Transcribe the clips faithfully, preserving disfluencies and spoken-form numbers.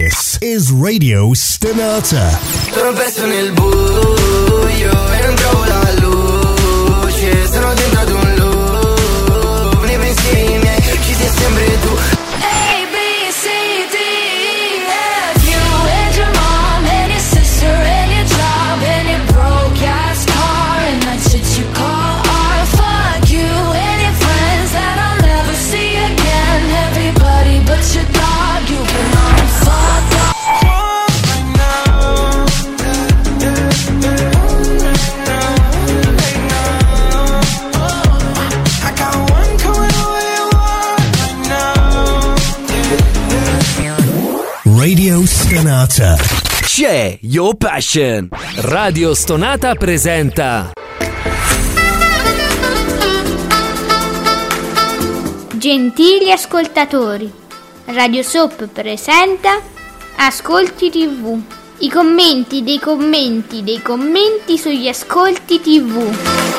This is Radio Stenata. Sono perso nel buio e non trovo la luce. Sono dentro ad un loop, nei pensieri miei ci sei sempre tu. A, B, C, D, E, F, you and your mom and your sister and your job and your broke ass car and that shit you call art. Fuck you and your friends that I'll never see again. Everybody but your dog, you've been on fuck off. Radio Stenata. C'è Your Passion. Radio Stonata presenta Gentili ascoltatori, Radio Soap presenta Ascolti tivù. I commenti dei commenti dei commenti sugli ascolti tivù.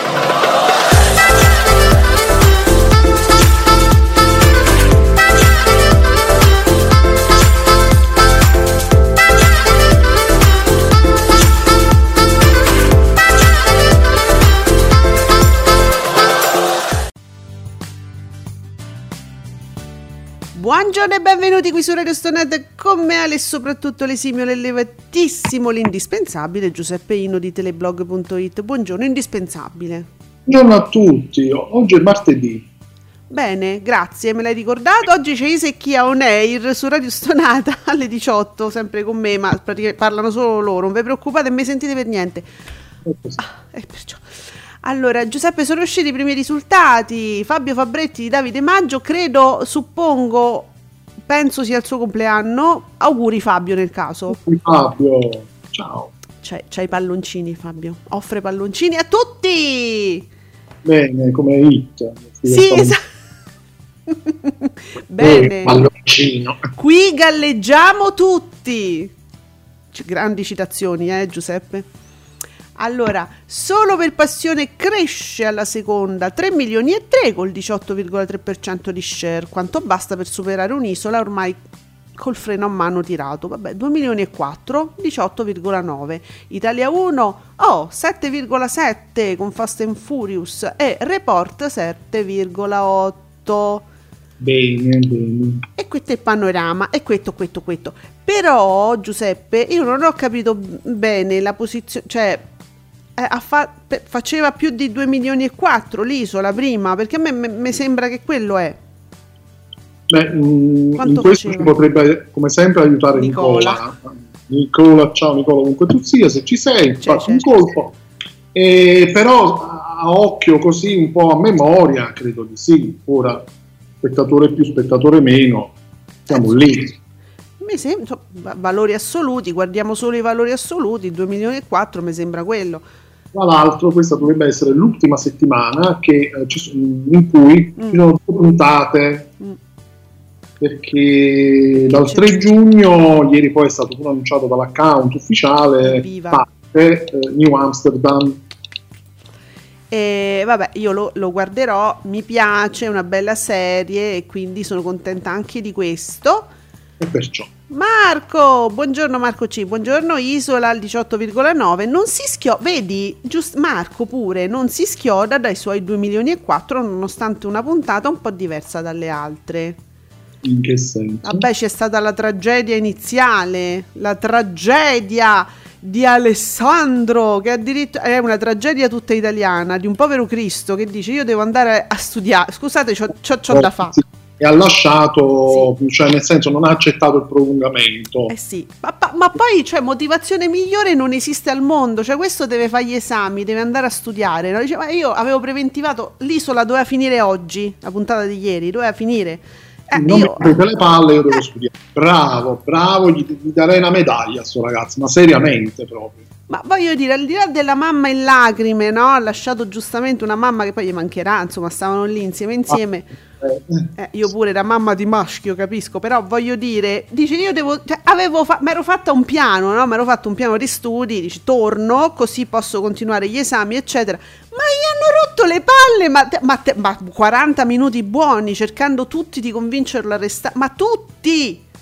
Buongiorno e benvenuti qui su Radio Stonata con me Ale e soprattutto l'esimio, l'elevatissimo, l'indispensabile Giuseppe Ino di teleblog punto it. Buongiorno, indispensabile. Buongiorno a tutti, oggi è martedì. Bene, grazie, me l'hai ricordato. Oggi c'è Isecchia On Air su Radio Stonata alle diciotto, sempre con me, ma praticamente parlano solo loro, non vi preoccupate, non mi sentite per niente. Ah, e perciò... Allora, Giuseppe, sono usciti i primi risultati. Fabio Fabretti di Davide Maggio, credo, suppongo, penso sia il suo compleanno. Auguri Fabio nel caso. Auguri Fabio, ciao. C'hai, c'hai i palloncini Fabio, offre palloncini a tutti. Bene, come hit. Sì, esatto. Bene. Eh, palloncino. Qui galleggiamo tutti. C- grandi citazioni, eh Giuseppe? Allora, Solo per passione cresce alla seconda, tre milioni e tre col diciotto virgola tre per cento di share, quanto basta per superare Un'isola ormai col freno a mano tirato. Vabbè, due milioni e quattro, diciotto virgola nove. Italia uno, oh, sette virgola sette con Fast and Furious e Report sette virgola otto. Bene, bene. E questo è il panorama, e questo, questo, questo. Però, Giuseppe, io non ho capito bene la posizione, cioè... Eh, fa- faceva più di due milioni e quattro l'Isola prima, perché a me mi sembra che quello è. Beh, mh, in questo ci potrebbe come sempre aiutare Nicola. Nicola, Nicola ciao Nicola, comunque tu sia, se ci sei, c'è, fatti un colpo. E però a occhio così un po' a memoria credo di sì. Ora spettatore più, spettatore meno, siamo lì. Mi sembra, valori assoluti, guardiamo solo i valori assoluti, due milioni e quattro mi sembra quello. Tra l'altro questa dovrebbe essere l'ultima settimana che, eh, ci sono, in cui mm. ci sono due puntate, mm. perché dal tre giugno, ieri poi è stato pure annunciato dall'account ufficiale, parte, eh, New Amsterdam. E vabbè, io lo, lo guarderò, mi piace, è una bella serie e quindi sono contenta anche di questo. E perciò Marco, buongiorno Marco C, buongiorno. Isola al diciotto virgola nove, non si schioda, vedi, giusto, Marco pure non si schioda dai suoi due milioni e quattro nonostante una puntata un po' diversa dalle altre. In che senso? Vabbè, c'è stata la tragedia iniziale, la tragedia di Alessandro, che addirittura è una tragedia tutta italiana, di un povero Cristo che dice io devo andare a studiare, scusate c'ho, c'ho, c'ho oh, da fare. Sì. E ha lasciato, sì. Cioè nel senso non ha accettato il prolungamento. Eh sì, ma, ma poi cioè motivazione migliore non esiste al mondo, cioè questo deve fare gli esami, deve andare a studiare, no? Dice, ma io avevo preventivato, l'Isola doveva finire oggi, la puntata di ieri, doveva finire. Eh, non io, mi prende le palle, io devo eh. studiare. Bravo, bravo, gli, gli darei una medaglia a sto ragazzo, ma seriamente proprio. Ma voglio dire, al di là della mamma in lacrime, no? Ha lasciato giustamente una mamma che poi gli mancherà, insomma, stavano lì insieme insieme. Ah. Eh, io pure da mamma di maschio capisco, però voglio dire, dice io devo, cioè, avevo fa- mi ero fatta un piano, no? Mi ero fatto un piano di studi, dice torno così posso continuare gli esami eccetera, ma gli hanno rotto le palle, ma, te, ma, te, ma quaranta minuti buoni cercando tutti di convincerlo a restare, ma tutti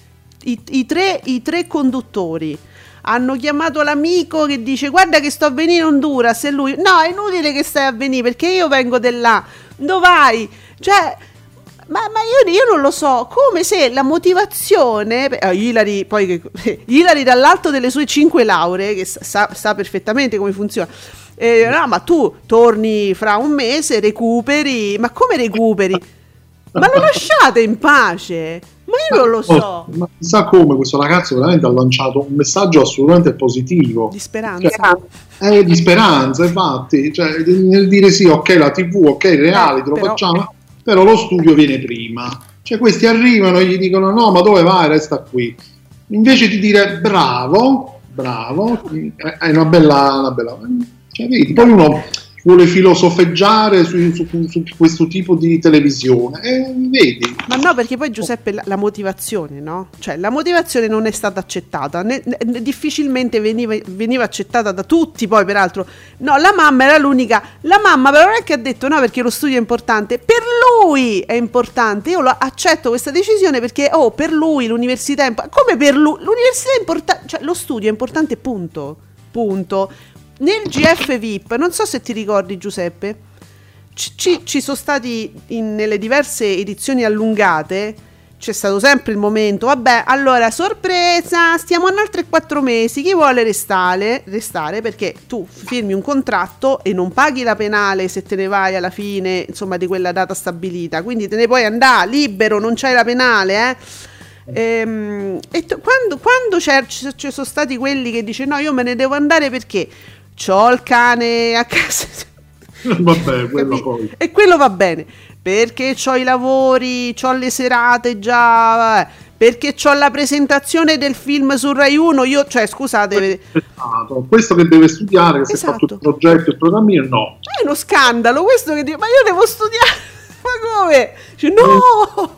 i, i, tre, i tre conduttori hanno chiamato l'amico che dice guarda che sto a venire in Honduras, e lui no, è inutile che stai a venire perché io vengo di là, dove vai? Cioè, ma, ma io, io non lo so, come se la motivazione, eh, Hilary, poi che, Hilary dall'alto delle sue cinque lauree, che sa, sa perfettamente come funziona, eh, no, ma tu torni fra un mese, recuperi, ma come recuperi? Ma lo lasciate in pace? Ma io non lo so. Oh, ma chissà come questo ragazzo veramente ha lanciato un messaggio assolutamente positivo. Di speranza. Cioè, eh, di speranza, infatti. Cioè, nel dire sì, ok, la tivù, ok, i reali, eh, te lo però, facciamo, però lo studio viene prima. Cioè, questi arrivano e gli dicono no, ma dove vai? Resta qui. Invece di dire bravo, bravo, è una bella... Una bella cioè, vedi, poi uno vuole filosofeggiare su, su, su questo tipo di televisione, e vedi. Ma no, perché poi Giuseppe la, la motivazione, no? Cioè la motivazione non è stata accettata, ne, ne, difficilmente veniva, veniva accettata da tutti, poi peraltro. No, la mamma era l'unica, la mamma però non è che ha detto no perché lo studio è importante, per lui è importante, io lo accetto questa decisione perché oh, per lui l'università è importante, come per lui? L'università è importante, cioè lo studio è importante, punto, punto. Nel G F V I P, non so se ti ricordi Giuseppe, ci, ci sono stati in, nelle diverse edizioni allungate, c'è stato sempre il momento, vabbè, allora sorpresa, stiamo in altri quattro mesi, chi vuole restare, restare perché tu firmi un contratto e non paghi la penale se te ne vai alla fine, insomma, di quella data stabilita, quindi te ne puoi andare libero, non c'hai la penale, eh. Ehm, e t- quando, quando c'è, ci sono stati quelli che dice no, io me ne devo andare perché c'ho il cane a casa, vabbè, quello poi. E quello va bene perché c'ho i lavori, c'ho le serate già, perché c'ho la presentazione del film su Rai uno, io, cioè scusate, esatto. Questo che deve studiare, che esatto. Si è fatto il progetto, il programmino, no, è uno scandalo questo che dice, ma io devo studiare, ma come? Cioè, no,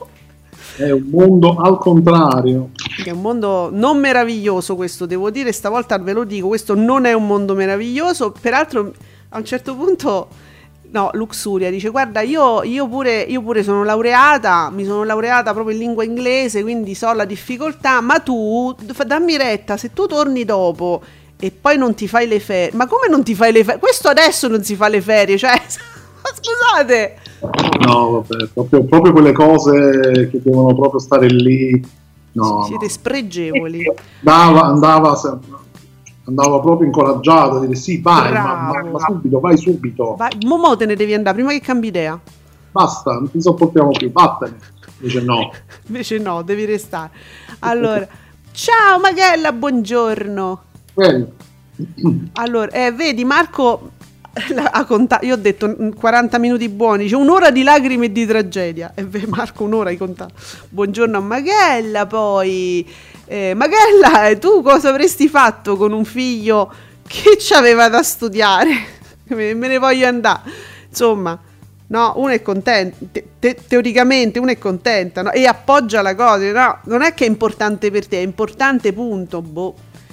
è un mondo al contrario. È un mondo non meraviglioso questo, devo dire, stavolta ve lo dico, questo non è un mondo meraviglioso. Peraltro a un certo punto, no, Luxuria dice guarda io, io, pure, io pure sono laureata, mi sono laureata proprio in lingua inglese, quindi so la difficoltà, ma tu dammi retta, se tu torni dopo e poi non ti fai le ferie, ma come non ti fai le ferie? Questo adesso non si fa le ferie, cioè scusate. No, vabbè, proprio, proprio quelle cose che devono proprio stare lì. No, siete no. Spregevoli. Andava, andava, andava proprio incoraggiata a dire sì, vai, ma, ma, ma subito, vai subito. Vai, mo te ne devi andare prima che cambi idea. Basta, non ti sopportiamo più, vattene. Invece no. Invece no, devi restare. Allora, ciao Magella, buongiorno. Bello. Allora, eh, vedi Marco... A conta- io ho detto quaranta minuti buoni, c'è cioè un'ora di lacrime e di tragedia, e beh, Marco un'ora hai contato. Buongiorno a Magella, poi eh, Magella, tu cosa avresti fatto con un figlio che c'aveva da studiare? me, me ne voglio andare, insomma, no, uno è contento, te- te- teoricamente uno è contenta, no? E appoggia la cosa, no, non è che è importante per te, è importante punto, boh.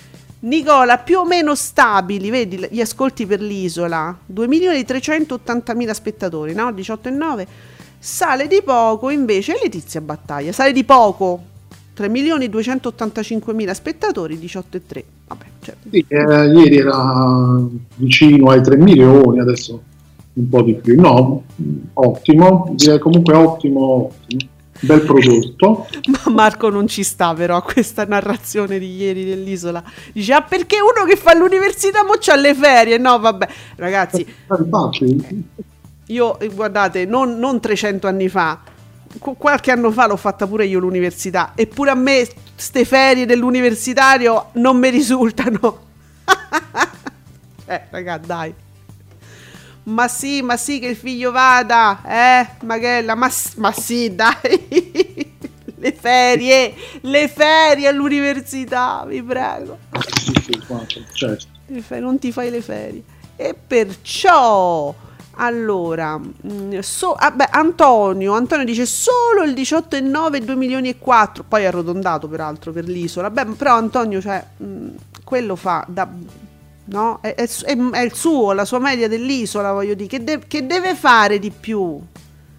Nicola, più o meno stabili, vedi gli ascolti per l'isola, due milioni trecentottantamila spettatori, no? diciotto virgola nove. Sale di poco invece Letizia Battaglia, sale di poco, tre milioni duecentottantacinquemila spettatori, diciotto virgola tre. Vabbè, certo. Sì, eh, ieri era vicino ai tre milioni, adesso un po' di più. No, ottimo, direi comunque ottimo, ottimo. Bel prodotto. Ma Marco non ci sta però a questa narrazione di ieri dell'isola. Dice ah perché uno che fa l'università mo c'ha le ferie. No vabbè ragazzi, io guardate non, non trecento anni fa, qualche anno fa l'ho fatta pure io l'università, eppure a me ste ferie dell'universitario non mi risultano. Eh raga dai, ma sì, ma sì che il figlio vada, eh, Magella, ma, ma sì, dai, le ferie, le ferie all'università, vi prego. Certo. Non ti fai le ferie. E perciò, allora, so, ah, beh, Antonio, Antonio dice solo il diciotto virgola nove, due milioni e quattro, poi arrotondato peraltro per l'isola. Beh, però Antonio, cioè, mh, quello fa da... No, è, è, è il suo, la sua media dell'isola, voglio dire, che, de- che deve fare di più?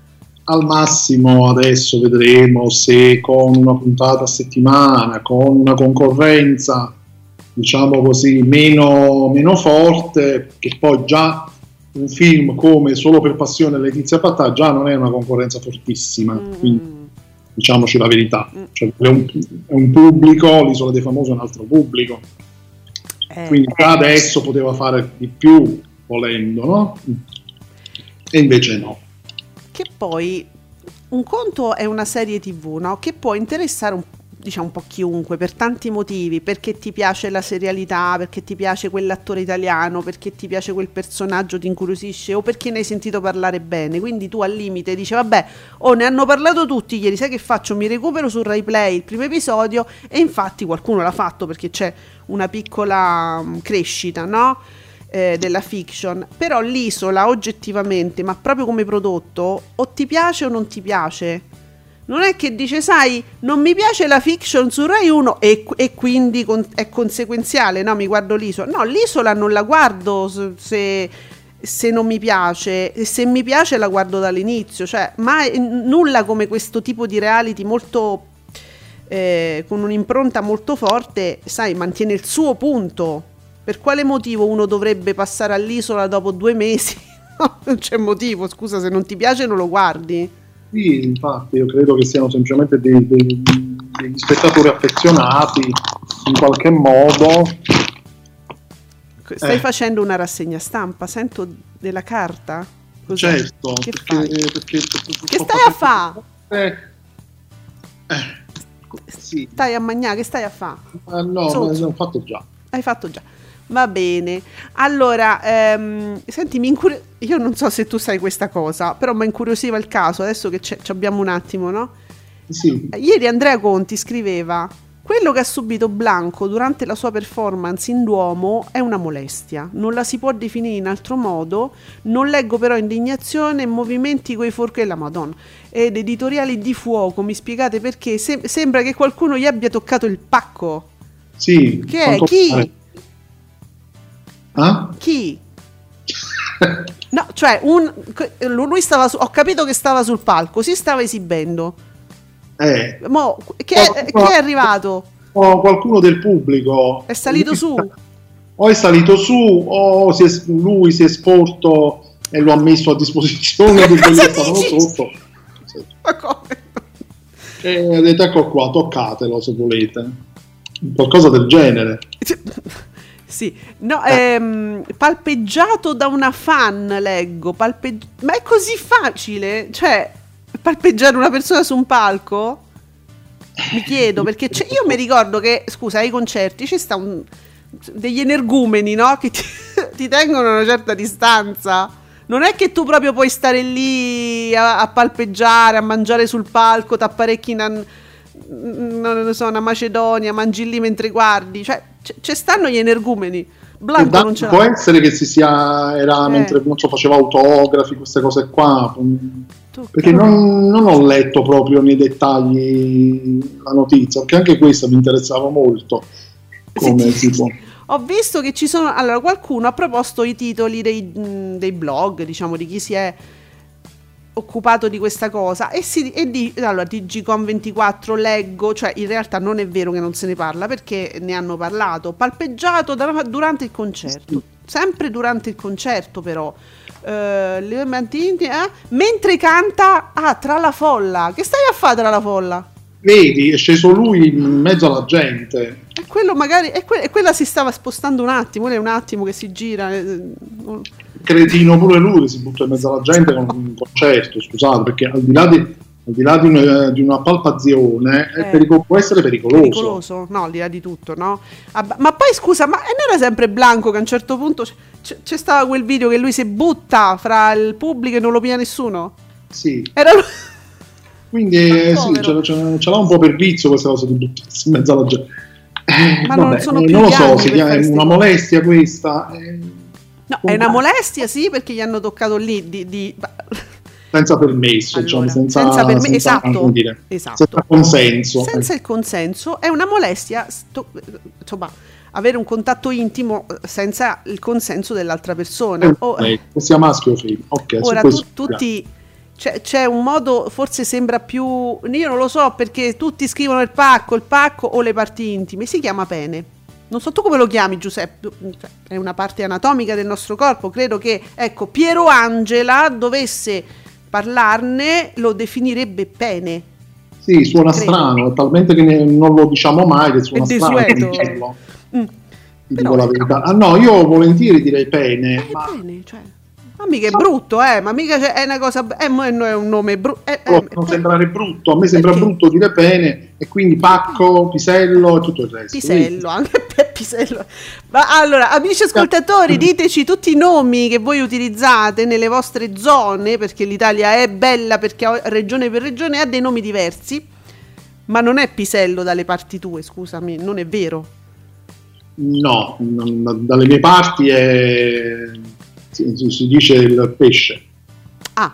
al massimo adesso vedremo se con una puntata a settimana, con una concorrenza diciamo così meno, meno forte, che poi già un film come Solo per passione Letizia Pattà già non è una concorrenza fortissima, mm. quindi diciamoci la verità, mm. cioè, è, un, è un pubblico, l'Isola dei Famosi è un altro pubblico, eh, quindi già eh. adesso poteva fare di più volendo, no? E invece no. Che poi un conto è una serie tivù, no? Che può interessare un, diciamo, un po' chiunque per tanti motivi, perché ti piace la serialità, perché ti piace quell'attore italiano, perché ti piace quel personaggio, ti incuriosisce, o perché ne hai sentito parlare bene, quindi tu al limite dici vabbè, oh ne hanno parlato tutti ieri, sai che faccio? Mi recupero su Rai Play il primo episodio, e infatti qualcuno l'ha fatto perché c'è una piccola um, crescita, no? Eh, della fiction, però l'Isola oggettivamente, ma proprio come prodotto, o ti piace o non ti piace. Non è che dice, sai, non mi piace la fiction su Rai uno e, e quindi con, è conseguenziale, no, mi guardo l'Isola. No, l'Isola non la guardo se, se non mi piace, e se mi piace la guardo dall'inizio, cioè mai, nulla come questo tipo di reality molto eh, con un'impronta molto forte, sai, mantiene il suo punto. Per quale motivo uno dovrebbe passare all'Isola dopo due mesi? No, non c'è motivo, scusa, se non ti piace non lo guardi. Sì, infatti, io credo che siano semplicemente dei, dei, degli spettatori affezionati, in qualche modo. Stai eh. facendo una rassegna stampa, sento della carta? Cos'è? Certo, che perché, fai? perché, che stai a fare? Eh, eh, sì. Stai a mangiare, che stai a fare? Uh, no, so, ma l'ho fatto già. Hai fatto già. Va bene, allora, ehm, senti, mi incuri- io non so se tu sai questa cosa, però mi incuriosiva il caso, adesso che ci abbiamo un attimo, no? Sì. Ieri Andrea Conti scriveva: quello che ha subito Blanco durante la sua performance in Duomo è una molestia, non la si può definire in altro modo, non leggo però indignazione e movimenti coi forchi e la Madonna, ed editoriali di fuoco, mi spiegate perché? Se- sembra che qualcuno gli abbia toccato il pacco. Sì. Che è? Chi? Fare? Ah? Chi? No, cioè un, lui stava su, ho capito che stava sul palco, si stava esibendo. Eh. Mo, che, è, che è arrivato? O qualcuno del pubblico è salito lui, su. O è salito su o si è, lui si è sporto e lo ha messo a disposizione di quelli che stavano sotto. Ma come? E ha detto ecco qua, toccatelo se volete. Qualcosa del genere. Sì, no, ehm, palpeggiato da una fan, leggo, palpeggi- ma è così facile? Cioè, palpeggiare una persona su un palco? Mi chiedo, perché c'è, io mi ricordo che, scusa, ai concerti c'è sta un, degli energumeni, no? Che ti, ti tengono a una certa distanza. Non è che tu proprio puoi stare lì a, a palpeggiare, a mangiare sul palco, t'apparecchi in... non so, una Macedonia, mangi lì mentre guardi, cioè ci stanno gli energumeni. Blanco non ce l'ha. Può essere che si sia era eh. mentre non so, faceva autografi, queste cose qua, tu, perché non, non ho letto proprio nei dettagli la notizia, perché anche questa mi interessava molto come sì, tipo. Ho visto che ci sono, allora qualcuno ha proposto i titoli dei, dei blog, diciamo, di chi si è occupato di questa cosa, e, si, e di, allora T G Com ventiquattro leggo, cioè in realtà non è vero che non se ne parla, perché ne hanno parlato, palpeggiato da, durante il concerto, sempre durante il concerto però, eh, le mantine, eh, mentre canta, ah, tra la folla, che stai a fare tra la folla? Vedi, è sceso lui in mezzo alla gente. E quello magari, e, que- e quella si stava spostando un attimo, è un attimo che si gira. Eh, Cretino pure lui, si butta in mezzo alla gente con un concerto, scusate, perché al di là di, al di, là di, una, di una palpazione eh, è pericol- può essere pericoloso. Pericoloso, no, al di là di tutto, no? Ah, ma poi scusa, ma non era sempre Blanco che a un certo punto c- c'è stato quel video che lui si butta fra il pubblico e non lo piglia nessuno? Sì. Era lui. Quindi eh, sì, ce, ce, ce l'ha un po' per vizio questa cosa di buttarsi in mezzo alla gente. Eh, ma vabbè, non sono eh, più non lo so, si chiama, è una molestia questa. Eh, no, è una molestia, sì, perché gli hanno toccato lì di, di... senza permesso, allora, diciamo, senza, senza, perme- senza, esatto, dire, esatto. senza consenso. Senza il consenso è una molestia, sto, insomma, avere un contatto intimo senza il consenso dell'altra persona. Eh, oh, sia maschio o femmina. Okay, ora tu, tutti c'è, c'è un modo, forse sembra più, io non lo so, perché tutti scrivono il pacco, il pacco o le parti intime, si chiama pene. Non so tu come lo chiami, Giuseppe, è una parte anatomica del nostro corpo, credo che, ecco, Piero Angela dovesse parlarne, lo definirebbe pene. Sì, suona credo. Strano, talmente che ne, non lo diciamo mai, che suona è strano dirlo. Mm. Ti dico la verità. Ah no, io volentieri direi pene. Eh, ma... pene, cioè... Ma mica è brutto, eh, ma mica è una cosa, è, è un nome brutto. Oh, non sembrare brutto, a me sembra perché? Brutto dire pene, e quindi pacco, pisello e tutto il resto. Pisello, quindi. Anche per pisello. Ma allora, amici ascoltatori, diteci tutti i nomi che voi utilizzate nelle vostre zone, perché l'Italia è bella, perché regione per regione ha dei nomi diversi, ma non è pisello dalle parti tue, scusami, non è vero? No, non, dalle mie parti è... Si, si dice il pesce. Ah,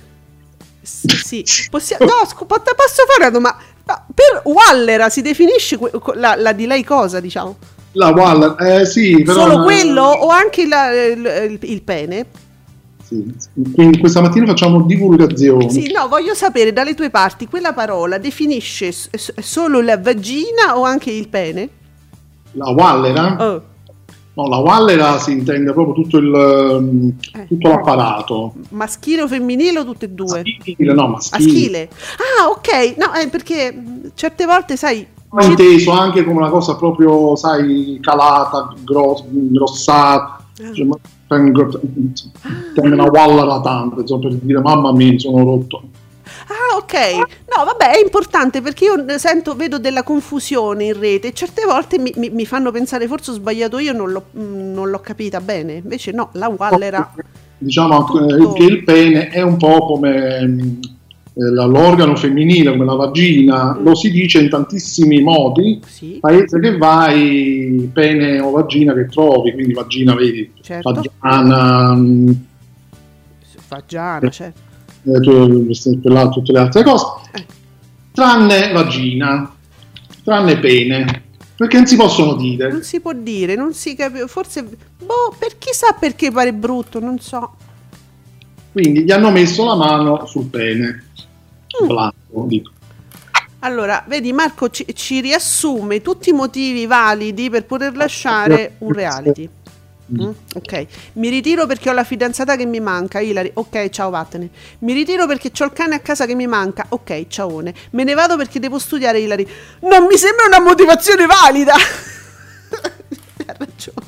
sì, sì. Possiamo, no, scu- posso fare una domanda? Per Wallera si definisce que- la, la di lei cosa, diciamo? La Wallera, eh sì, però... Solo una... quello o anche la, il, il pene? Sì, quindi questa mattina facciamo divulgazione. Sì, no, voglio sapere dalle tue parti, quella parola definisce s- solo la vagina o anche il pene? La Wallera? Oh. No, la Wallera si intende proprio tutto il eh. tutto l'apparato. Maschile o femminile o tutte e due? Maschile, no, maschile. Maschile. Ah, ok. No, è perché certe volte, sai... Ho inteso anche come una cosa proprio, sai, calata, gross, grossata. Eh. Cioè, tengo, tengo una Wallera tanto, insomma, per dire mamma mia, mi sono rotto. Ah, ok. No, vabbè, è importante perché io sento, vedo della confusione in rete e certe volte mi, mi, mi fanno pensare forse ho sbagliato io, non l'ho, non l'ho capita bene. Invece no, la Wallera. Diciamo tutto... che il pene è un po' come eh, l'organo femminile, come la vagina, mm. lo si dice in tantissimi modi. Sì. Paese che vai, pene o vagina che trovi, quindi vagina, vedi, certo. Vagiana. Vagiana, certo. Eh, tutte le altre cose, tranne vagina, tranne pene, perché non si possono dire. Non si può dire, non si capisce, forse, boh, per chissà perché pare brutto, non so. Quindi gli hanno messo la mano sul pene. Mm. Blanco, dico. Allora, vedi, Marco ci, ci riassume tutti i motivi validi per poter lasciare un reality. Mm, ok, mi ritiro perché ho la fidanzata che mi manca, Ilari. Ok, ciao, vattene. Mi ritiro perché c'ho il cane a casa che mi manca. Ok, ciaone. Me ne vado perché devo studiare, Ilari. Non mi sembra una motivazione valida. Ha ragione.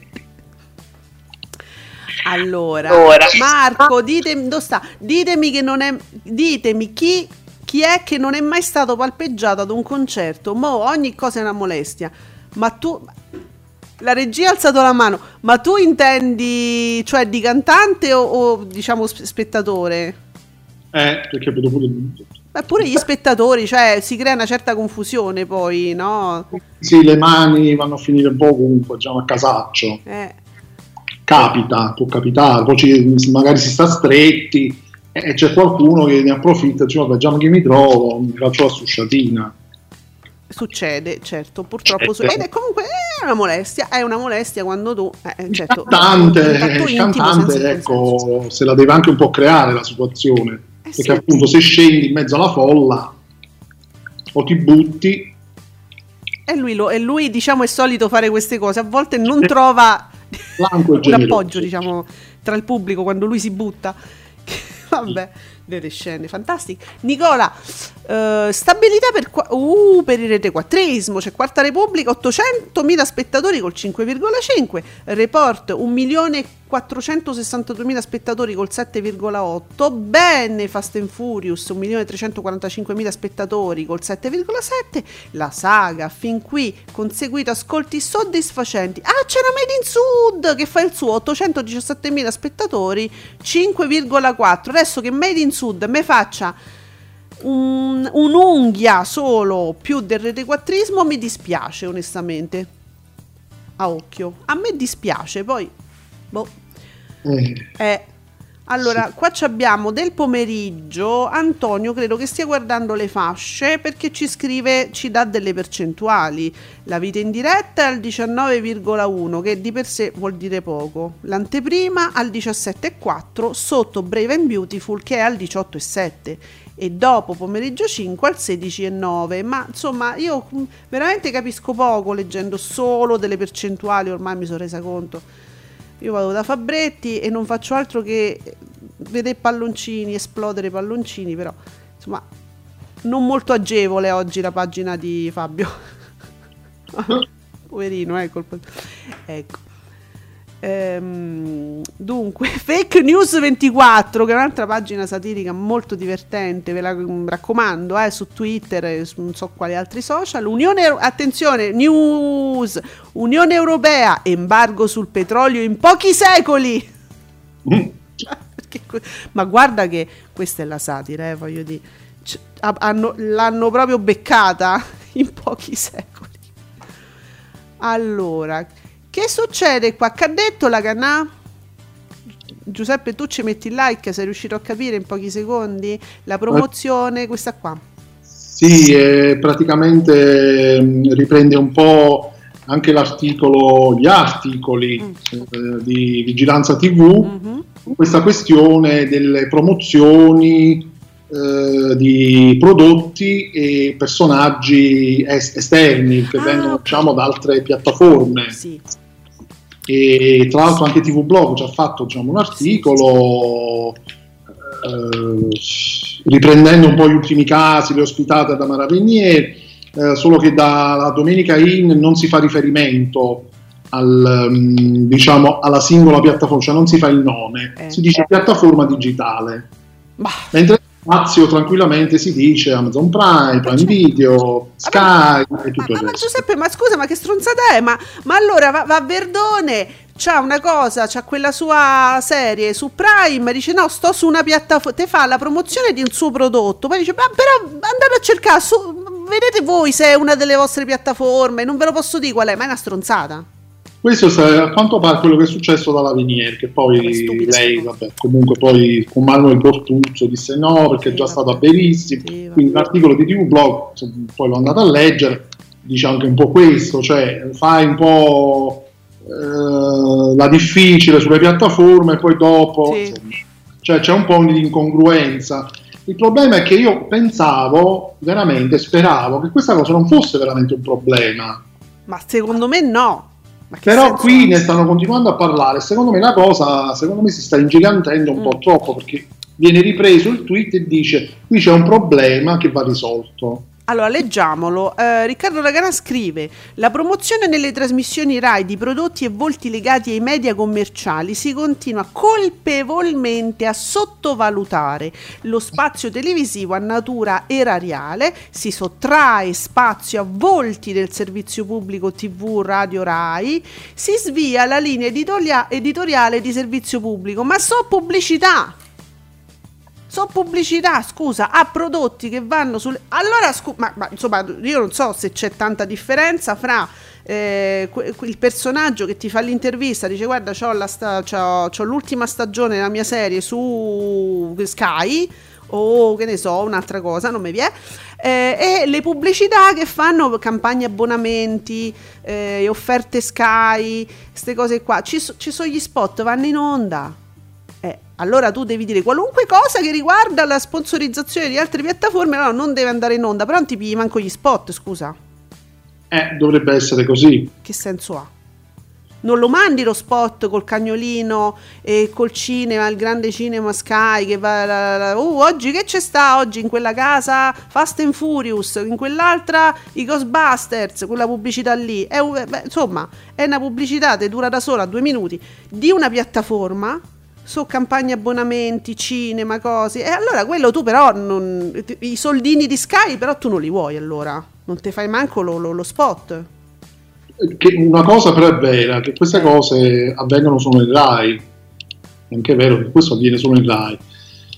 Allora, allora. Marco, ditemi dove sta? Ditemi che non è. Ditemi chi, chi è che non è mai stato palpeggiato ad un concerto. Mo ogni cosa è una molestia. Ma tu. La regia ha alzato la mano, ma tu intendi, cioè, di cantante o, o diciamo spettatore? Eh, perché dopo... Beh, pure gli spettatori, cioè, si crea una certa confusione poi, no? Sì, le mani vanno a finire un po' ovunque, diciamo a casaccio. Eh. Capita, può capitare, poi ci, magari si sta stretti e c'è qualcuno che ne approfitta e dice, vabbè, già che mi trovo, mi faccio la susciatina. Succede, certo, purtroppo succede. Ed è comunque è una molestia, è una molestia quando tu eh, certo, il cantante, il cantante ecco, se la deve anche un po' creare la situazione, eh, perché sì, appunto se scendi in mezzo alla folla o ti butti e lui, lo, e lui diciamo è solito fare queste cose, a volte non trova un appoggio, diciamo, tra il pubblico quando lui si butta. Vabbè, delle scene fantastiche. Nicola, uh, stabilità per, qua- uh, per il retequattrismo, c'è Quarta Repubblica, ottocentomila spettatori col cinque virgola cinque, Report un milione quattrocentosessantaduemila spettatori col sette virgola otto, bene, Fast and Furious un milione trecentoquarantacinquemila spettatori col sette virgola sette, la saga fin qui conseguito ascolti soddisfacenti. Ah, c'era Made in Sud che fa il suo, ottocentodiciassettemila spettatori, cinque virgola quattro. Adesso che Made in Sud me faccia un, un'unghia solo più del retequattrismo mi dispiace onestamente, a occhio, a me dispiace, poi boh. Eh. Eh, Allora, sì. qua ci abbiamo del pomeriggio, Antonio credo che stia guardando le fasce perché ci scrive, ci dà delle percentuali. La vita in diretta è al diciannove virgola uno, che di per sé vuol dire poco. L'anteprima al diciassette virgola quattro, sotto Brave and Beautiful che è al diciotto virgola sette. E dopo pomeriggio cinque al sedici virgola nove. Ma insomma io veramente capisco poco leggendo solo delle percentuali, ormai mi sono resa conto. Io vado da Fabretti e non faccio altro che vedere palloncini, esplodere palloncini, però insomma non molto agevole oggi la pagina di Fabio. Poverino, eh, colpa. Ecco. Ehm, dunque, Fake News ventiquattro, che è un'altra pagina satirica molto divertente, ve la raccomando, eh, su Twitter e su non so quali altri social. Unione, attenzione, news, Unione Europea, embargo sul petrolio in pochi secoli. Mm. Ma guarda che questa è la satira, eh, voglio dire, C- hanno, l'hanno proprio beccata in pochi secoli. Allora, che succede qua? Che ha detto la Canà? Giuseppe, tu ci metti il like, sei riuscito a capire in pochi secondi? La promozione, questa qua. Sì, eh, praticamente eh, riprende un po' anche l'articolo, gli articoli mm. eh, di Vigilanza tivù, mm-hmm. questa questione delle promozioni eh, di prodotti e personaggi est- esterni che ah, vengono okay. diciamo da altre piattaforme. Sì. E tra l'altro anche T V Blog ci ha fatto diciamo, un articolo eh, riprendendo un po' gli ultimi casi, le ospitate da Mara Venier, eh, solo che da Domenica In non si fa riferimento al, um, diciamo, alla singola piattaforma, cioè non si fa il nome, eh. si dice piattaforma digitale, bah. mentre spazio tranquillamente si dice Amazon Prime, Prime Video, Sky ma, e tutto ma, il ma resto. Giuseppe, ma scusa, ma che stronzata è? Ma, ma allora va, va Verdone, c'ha una cosa, c'ha quella sua serie su Prime, dice no, sto su una piattaforma, te fa la promozione di un suo prodotto, poi dice ma però andate a cercare su, vedete voi se è una delle vostre piattaforme, non ve lo posso dire qual è, ma è una stronzata. Questo è a quanto pare quello che è successo dalla Venier, che poi lei, vabbè, comunque poi con Manuel Bortuzzo disse no perché sì, è già stata benissimo, sì, quindi l'articolo di T V Blog, poi l'ho andato a leggere, dice anche un po' questo, cioè fai un po' eh, la difficile sulle piattaforme e poi dopo, sì. insomma, cioè c'è un po' di incongruenza. Il problema è che io pensavo, veramente speravo che questa cosa non fosse veramente un problema. Ma secondo me no. Però qui ne stanno continuando a parlare, secondo me la cosa secondo me si sta ingigantendo un mm. po' troppo, perché viene ripreso il tweet e dice qui c'è un problema che va risolto. Allora leggiamolo. eh, Riccardo Lagana scrive: la promozione nelle trasmissioni Rai di prodotti e volti legati ai media commerciali si continua colpevolmente a sottovalutare lo spazio televisivo a natura erariale, si sottrae spazio a volti del servizio pubblico tivù radio Rai, si svia la linea editoria- editoriale di servizio pubblico. Ma so pubblicità! So pubblicità, scusa, a prodotti che vanno sulle... Allora, scu... ma, ma insomma, io non so se c'è tanta differenza fra eh, que- il personaggio che ti fa l'intervista, dice guarda, c'ho, la sta- c'ho, c'ho l'ultima stagione della mia serie su Sky, o che ne so, un'altra cosa, non mi viene, eh, e le pubblicità che fanno, campagne abbonamenti, eh, offerte Sky, queste cose qua, ci, so- ci sono gli spot, vanno in onda. Eh, allora tu devi dire qualunque cosa che riguarda la sponsorizzazione di altre piattaforme, no, non deve andare in onda, però non ti pigli manco gli spot, scusa. Eh, dovrebbe essere così. Che senso ha? Non lo mandi lo spot col cagnolino e col cinema, il grande cinema Sky che va la, la, uh, oggi che c'è sta oggi in quella casa Fast and Furious, in quell'altra i Ghostbusters, quella pubblicità lì è, beh, insomma è una pubblicità che dura da sola due minuti di una piattaforma su campagne abbonamenti, cinema, cose, e allora quello tu però non, i soldini di Sky però tu non li vuoi, allora non te fai manco lo, lo, lo spot. Che una cosa però è vera, che queste cose avvengono solo in Rai, è anche vero che questo avviene solo in Rai.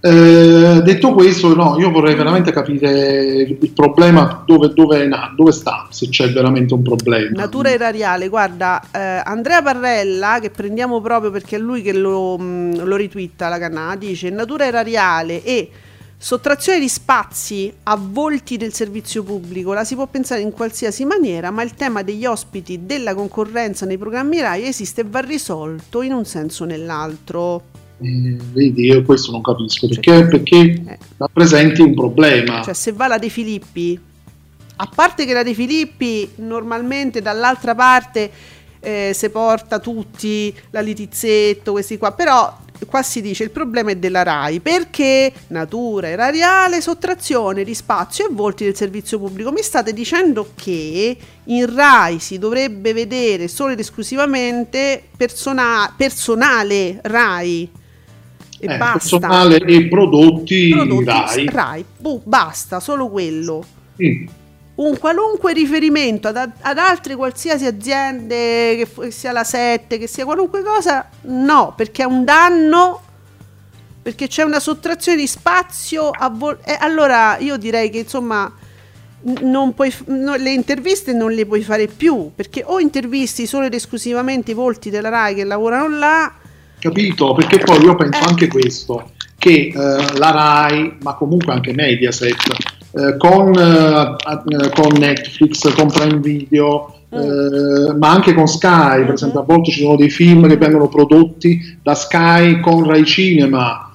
Eh, detto questo, no, io vorrei veramente capire il problema dove, dove, dove sta, se c'è veramente un problema. Natura erariale, guarda, eh, Andrea Parrella, che prendiamo proprio perché è lui che lo, mh, lo ritwitta la canna, dice: natura erariale e sottrazione di spazi a volti del servizio pubblico la si può pensare in qualsiasi maniera, ma il tema degli ospiti, della concorrenza nei programmi Rai esiste e va risolto in un senso o nell'altro. Eh, vedi, io questo non capisco perché, perché eh. rappresenti un problema. Cioè, se va la De Filippi, a parte che la De Filippi normalmente dall'altra parte eh, se porta tutti, la Litizzetto, questi qua, però qua si dice il problema è della Rai, perché natura erariale, sottrazione di spazio e volti del servizio pubblico. Mi state dicendo che in Rai si dovrebbe vedere solo ed esclusivamente persona- personale Rai e eh, basta, personale e prodotti, prodotti Rai, Rai. Buh, basta, solo quello. Sì. Un qualunque riferimento ad, ad altre qualsiasi aziende, che, f- che sia la sette, che sia qualunque cosa, no, perché è un danno, perché c'è una sottrazione di spazio a vol- eh, allora io direi che insomma n- non puoi f- no, le interviste non le puoi fare più, perché o intervisti solo ed esclusivamente i volti della Rai che lavorano là. Capito? Perché poi io penso eh. anche questo, che eh, la Rai, ma comunque anche Mediaset, eh, con, eh, con Netflix, con Prime Video, mm. eh, ma anche con Sky, per esempio, a volte ci sono dei film che vengono prodotti da Sky con Rai Cinema,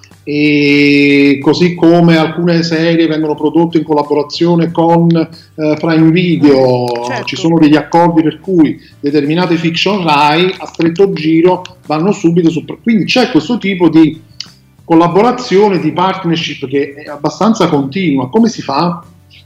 e così come alcune serie vengono prodotte in collaborazione con eh, Prime Video, certo. Ci sono degli accordi per cui determinate fiction Rai a stretto giro vanno subito su, quindi c'è questo tipo di collaborazione, di partnership che è abbastanza continua. Come si fa?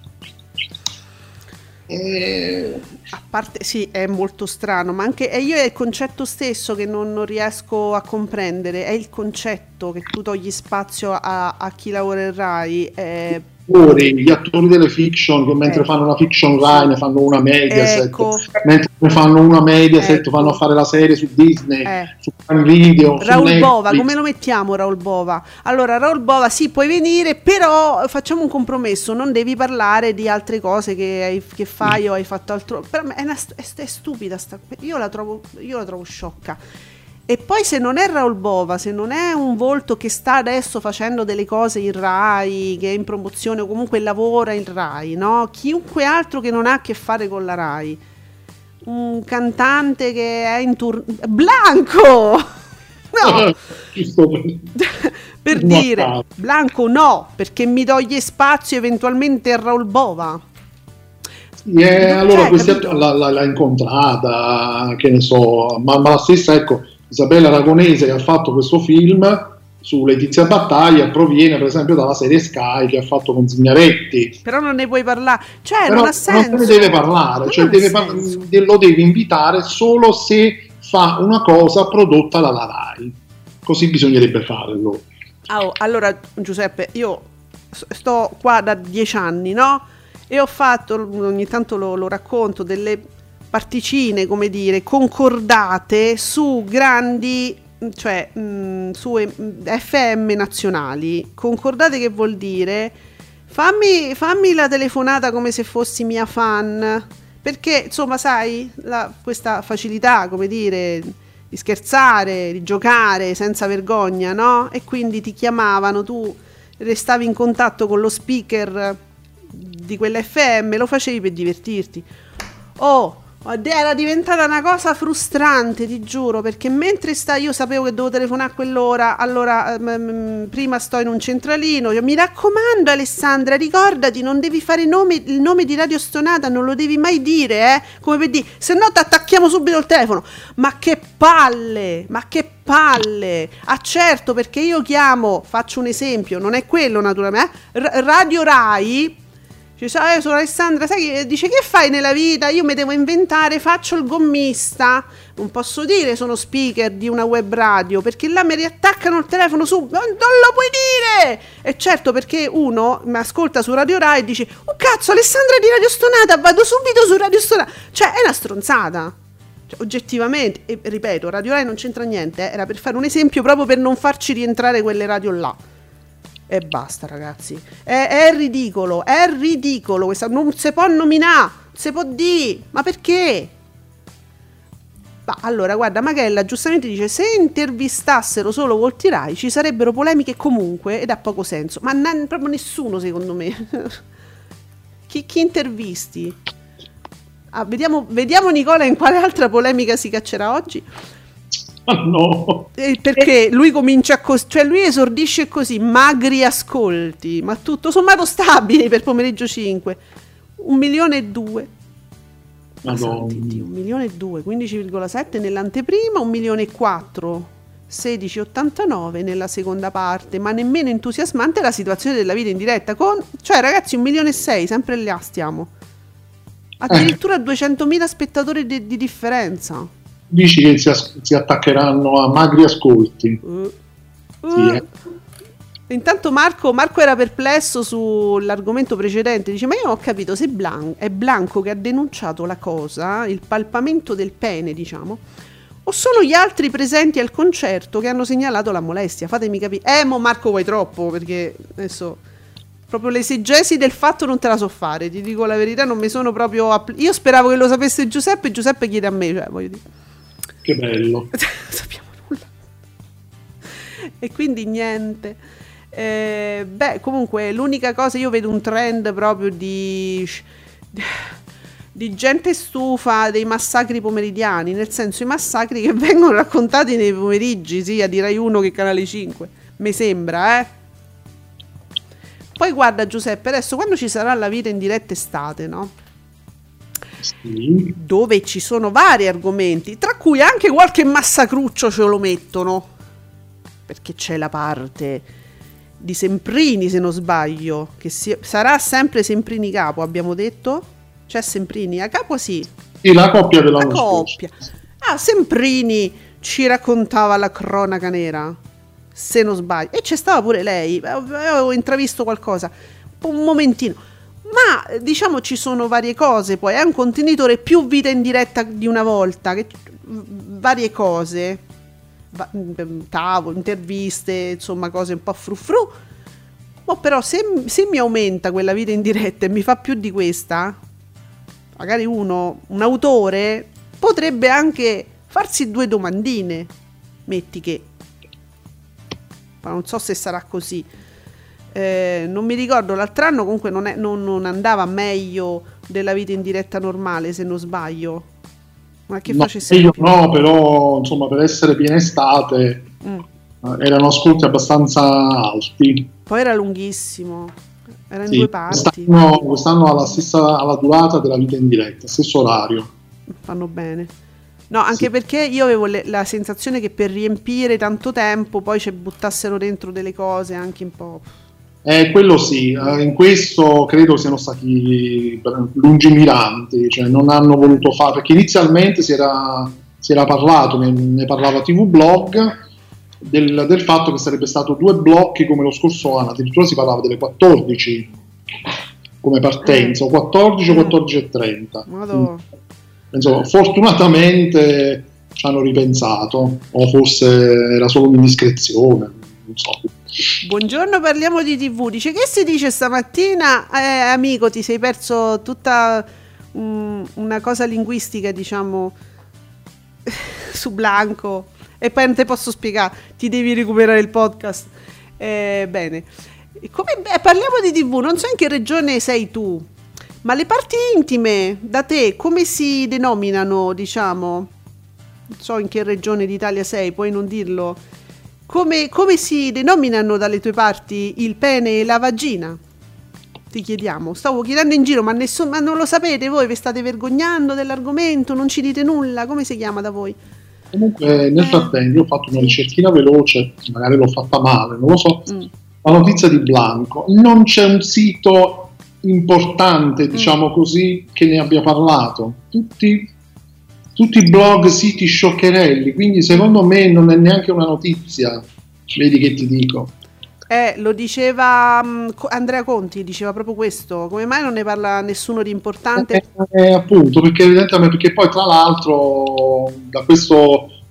Eh... A parte, sì, è molto strano, ma anche e io è il concetto stesso che non, non riesco a comprendere, è il concetto che tu togli spazio a, a chi lavora in Rai. È... Gli attori delle fiction che mentre eh. fanno una fiction Rai ne fanno una Mediaset, ecco. mentre ne fanno una Mediaset ecco. vanno a fare la serie su Disney, eh. su Prime Video, Raul su Bova, come lo mettiamo Raul Bova? Allora Raul Bova sì, puoi venire, però facciamo un compromesso, non devi parlare di altre cose che, hai, che fai o hai fatto altro, però è, una, è, è stupida sta, io la trovo io la trovo sciocca. E poi se non è Raul Bova, se non è un volto che sta adesso facendo delle cose in Rai, che è in promozione o comunque lavora in Rai, no? Chiunque altro che non ha a che fare con la Rai, un cantante che è in tour... Blanco! No! Per dire, Blanco no, perché mi toglie spazio eventualmente a Raul Bova. Yeah, allora questa l'ha, l'ha, l'ha incontrata, che ne so, ma, ma la stessa, ecco, Isabella Aragonese, che ha fatto questo film su Letizia Battaglia, proviene per esempio dalla serie Sky che ha fatto con Signaretti. Però non ne puoi parlare, cioè però non ha senso. Non se ne deve parlare, cioè deve par- lo devi invitare solo se fa una cosa prodotta dalla Rai. Così bisognerebbe farlo. Oh, allora Giuseppe, io sto qua da dieci anni, no? E ho fatto, ogni tanto lo, lo racconto, delle particine, come dire, concordate su grandi, cioè mh, su F M nazionali. Concordate che vuol dire fammi, fammi la telefonata come se fossi mia fan, perché insomma sai la, questa facilità, come dire, di scherzare, di giocare senza vergogna, no? E quindi ti chiamavano, tu restavi in contatto con lo speaker di quell'F M, lo facevi per divertirti. Oh, era diventata una cosa frustrante, ti giuro, perché mentre sta, io sapevo che dovevo telefonare a quell'ora, allora m- prima sto in un centralino, io, mi raccomando Alessandra, ricordati, non devi fare nome, il nome di Radio Stonata, non lo devi mai dire, eh, come per dire, se no ti attacchiamo subito il telefono. Ma che palle, ma che palle. Ah certo, perché io chiamo, faccio un esempio, non è quello naturalmente, eh? R- Radio Rai. Cioè, sono Alessandra, sai che dice, che fai nella vita? Io mi devo inventare, faccio il gommista, non posso dire sono speaker di una web radio, perché là mi riattaccano il telefono su, non, non lo puoi dire. E certo, perché uno mi ascolta su Radio Rai e dice, oh cazzo, Alessandra di Radio Stonata, vado subito su Radio Stonata. Cioè è una stronzata, cioè, oggettivamente. E ripeto, Radio Rai non c'entra niente, eh? Era per fare un esempio, proprio per non farci rientrare quelle radio là. E basta, ragazzi. È, è ridicolo, è ridicolo. Questa non si può nominare, si può dire. Ma perché? Ma allora, guarda, Magella giustamente dice: se intervistassero solo Volti Rai ci sarebbero polemiche comunque ed ha poco senso. Ma n- proprio nessuno, secondo me. chi, chi intervisti? Ah, vediamo, vediamo Nicola in quale altra polemica si caccerà oggi. Ah, no. Eh, perché lui comincia così, cioè lui esordisce così: magri ascolti, ma tutto sommato stabili per pomeriggio cinque, un milione e due. Santi, un milione e due, quindici virgola sette nell'anteprima, un milione e quattro, sedici virgola ottantanove nella seconda parte, ma nemmeno entusiasmante la situazione della vita in diretta, con, cioè ragazzi, un milione e sei, sempre là stiamo, addirittura eh. duecentomila spettatori di, di differenza. Dici che si, as- si attaccheranno a magri ascolti? Uh, uh. Sì, eh. Intanto Marco, Marco era perplesso sull'argomento precedente, dice: ma io ho capito se Blan- è Blanco che ha denunciato la cosa, il palpamento del pene, diciamo, o sono gli altri presenti al concerto che hanno segnalato la molestia? Fatemi capire. Eh, mo Marco vuoi troppo, perché adesso proprio l'esegesi del fatto non te la so fare, ti dico la verità, non mi sono proprio app- io speravo che lo sapesse Giuseppe, Giuseppe chiede a me, cioè voglio dire. Che bello. Non sappiamo nulla. E quindi niente. Eh, beh, comunque l'unica cosa, io vedo un trend proprio di di gente stufa dei massacri pomeridiani, nel senso i massacri che vengono raccontati nei pomeriggi, sia di Rai uno che Canale cinque, mi sembra, eh. Poi guarda Giuseppe, adesso quando ci sarà la vita in diretta estate, no? Sì. Dove ci sono vari argomenti, tra cui anche qualche massacruccio ce lo mettono, perché c'è la parte di Semprini, se non sbaglio, che si, sarà sempre Semprini capo, abbiamo detto? C'è Semprini a capo, sì. Sì, la coppia dell'anno la coppia. scorso. Ah, Semprini ci raccontava la cronaca nera, se non sbaglio, e c'è stava pure lei, avevo intravisto qualcosa, un momentino. Ma diciamo ci sono varie cose, poi è un contenitore più vita in diretta di una volta, che, varie cose, tavolo, interviste, insomma cose un po' frufru. Ma però se, se mi aumenta quella vita in diretta e mi fa più di questa, magari uno, un autore potrebbe anche farsi due domandine, metti che, ma non so se sarà così. Eh, non mi ricordo, l'altro anno comunque non, è, non, non andava meglio della vita in diretta normale, se non sbaglio. Ma che no, facesse io più? No, però insomma per essere piena estate mm. eh, erano ascolti abbastanza alti. Poi era lunghissimo, era in sì, due parti. Quest'anno, quest'anno alla stessa alla durata della vita in diretta, stesso orario. Fanno bene. No, anche sì. Perché io avevo le, la sensazione che per riempire tanto tempo poi ci buttassero dentro delle cose anche un po'. Eh, quello sì, eh, in questo credo siano stati lungimiranti, cioè non hanno voluto fare, perché inizialmente si era, si era parlato, ne, ne parlava T V Blog, del, del fatto che sarebbe stato due blocchi come lo scorso anno, addirittura si parlava delle quattordici come partenza, o quattordici o quattordici e trenta. Madonna. Insomma, fortunatamente ci hanno ripensato, o forse era solo un'indiscrezione, non so. Buongiorno, parliamo di tivù. Dice: che si dice stamattina? Eh, amico, ti sei perso tutta um, una cosa linguistica, diciamo, su Blanco. E poi non te posso spiegare, ti devi recuperare il podcast. Eh, bene, come, beh, parliamo di tivù. Non so in che regione sei tu, ma le parti intime da te come si denominano, diciamo? Non so in che regione d'Italia sei, puoi non dirlo. Come, come si denominano dalle tue parti il pene e la vagina? Ti chiediamo. Stavo chiedendo in giro, ma, nessun, ma non lo sapete voi? Vi state vergognando dell'argomento? Non ci dite nulla? Come si chiama da voi? Comunque nel frattempo io ho fatto una ricerchina veloce, magari l'ho fatta male, non lo so. Mm. La notizia di Blanco. Non c'è un sito importante, diciamo mm. così, che ne abbia parlato. Tutti... tutti i blog, siti scioccherelli, quindi secondo me non è neanche una notizia, vedi che ti dico. Eh, lo diceva um, Andrea Conti, diceva proprio questo, come mai non ne parla nessuno di importante? Eh, eh, appunto, perché evidentemente, perché poi tra l'altro da questo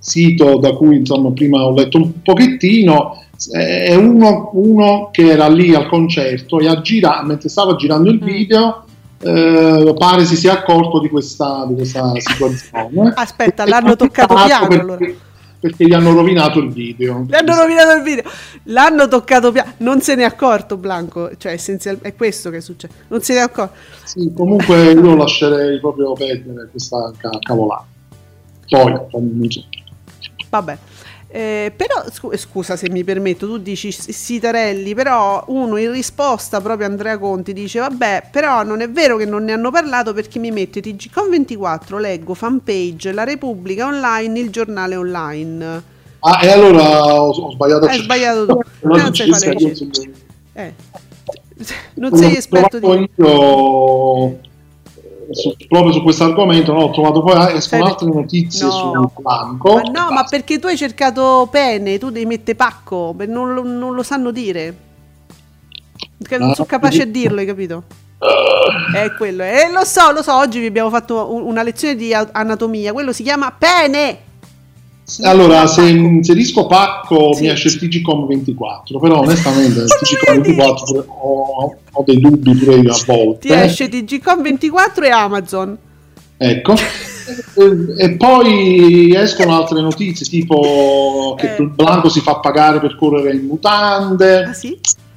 sito da cui insomma prima ho letto un pochettino, è uno, uno che era lì al concerto e a girare, mentre stava girando il video, eh, pare si sia accorto di questa, di questa situazione. Aspetta, l'hanno toccato piano perché, allora. Perché gli hanno rovinato il video. Gli hanno rovinato il video, l'hanno toccato piano, non se ne è accorto Blanco, cioè essenzial- è questo che succede, non se ne è accorto. Sì, comunque io lascerei proprio perdere questa ca- cavolata. Poi, non so. Vabbè. Eh, però scu- scusa se mi permetto, tu dici Sitarelli, però uno in risposta proprio Andrea Conti dice vabbè, però non è vero che non ne hanno parlato perché mi mette T G con ventiquattro, leggo fanpage, La Repubblica online, il giornale online. Ah, e allora ho, ho sbagliato. Hai sbagliato tu. Non, non sei fare eh. non sei esperto di io su, proprio su questo argomento, no, ho trovato poi escono altre notizie no. sul Blanco. Ma no, ma perché tu hai cercato pene, tu devi mettere pacco, non lo, non lo sanno dire, perché non ah, sono capace a dirlo, hai capito? Uh. È quello, e eh, lo so, lo so, oggi vi abbiamo fatto una lezione di anatomia, quello si chiama pene. Allora, se inserisco pacco sì. mi esce il T G com ventiquattro, però onestamente il T G com ventiquattro ho, ho dei dubbi pure io a volte. Ti esce T G com ventiquattro e Amazon. Ecco. e, e poi escono altre notizie, tipo che eh. Blanco si fa pagare per correre in mutande. Ah sì?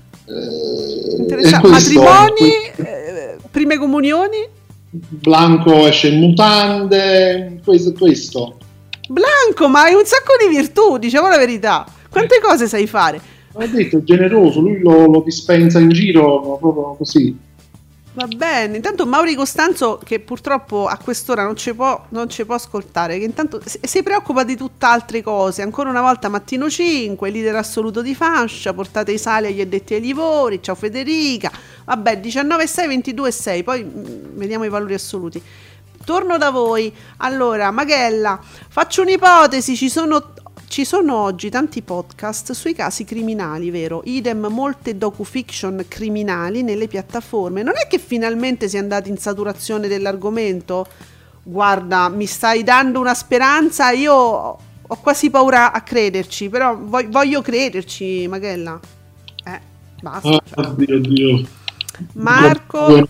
Eh, Interessante. Matrimoni, eh, prime comunioni. Blanco esce in mutande, questo, questo. Blanco, ma hai un sacco di virtù, diciamo la verità. Quante cose sai fare? Ho detto, è generoso, lui lo, lo dispensa in giro proprio così. Va bene, intanto Mauri Costanzo, che purtroppo a quest'ora non ci può, non ci può ascoltare, che intanto si, si preoccupa di tutt'altre cose. Ancora una volta Mattino cinque, leader assoluto di fascia, portate i sali agli addetti ai lavori, ciao Federica. Vabbè, diciannove virgola sei, ventidue virgola sei, poi mh, vediamo i valori assoluti. Torno da voi. Allora, Maghella, faccio un'ipotesi, ci sono, ci sono oggi tanti podcast sui casi criminali, vero? Idem molte docufiction criminali nelle piattaforme. Non è che finalmente si è andati in saturazione dell'argomento? Guarda, mi stai dando una speranza, io ho quasi paura a crederci, però voglio, voglio crederci, Maghella. Eh, basta. Oh, cioè. Dio, Dio. Marco,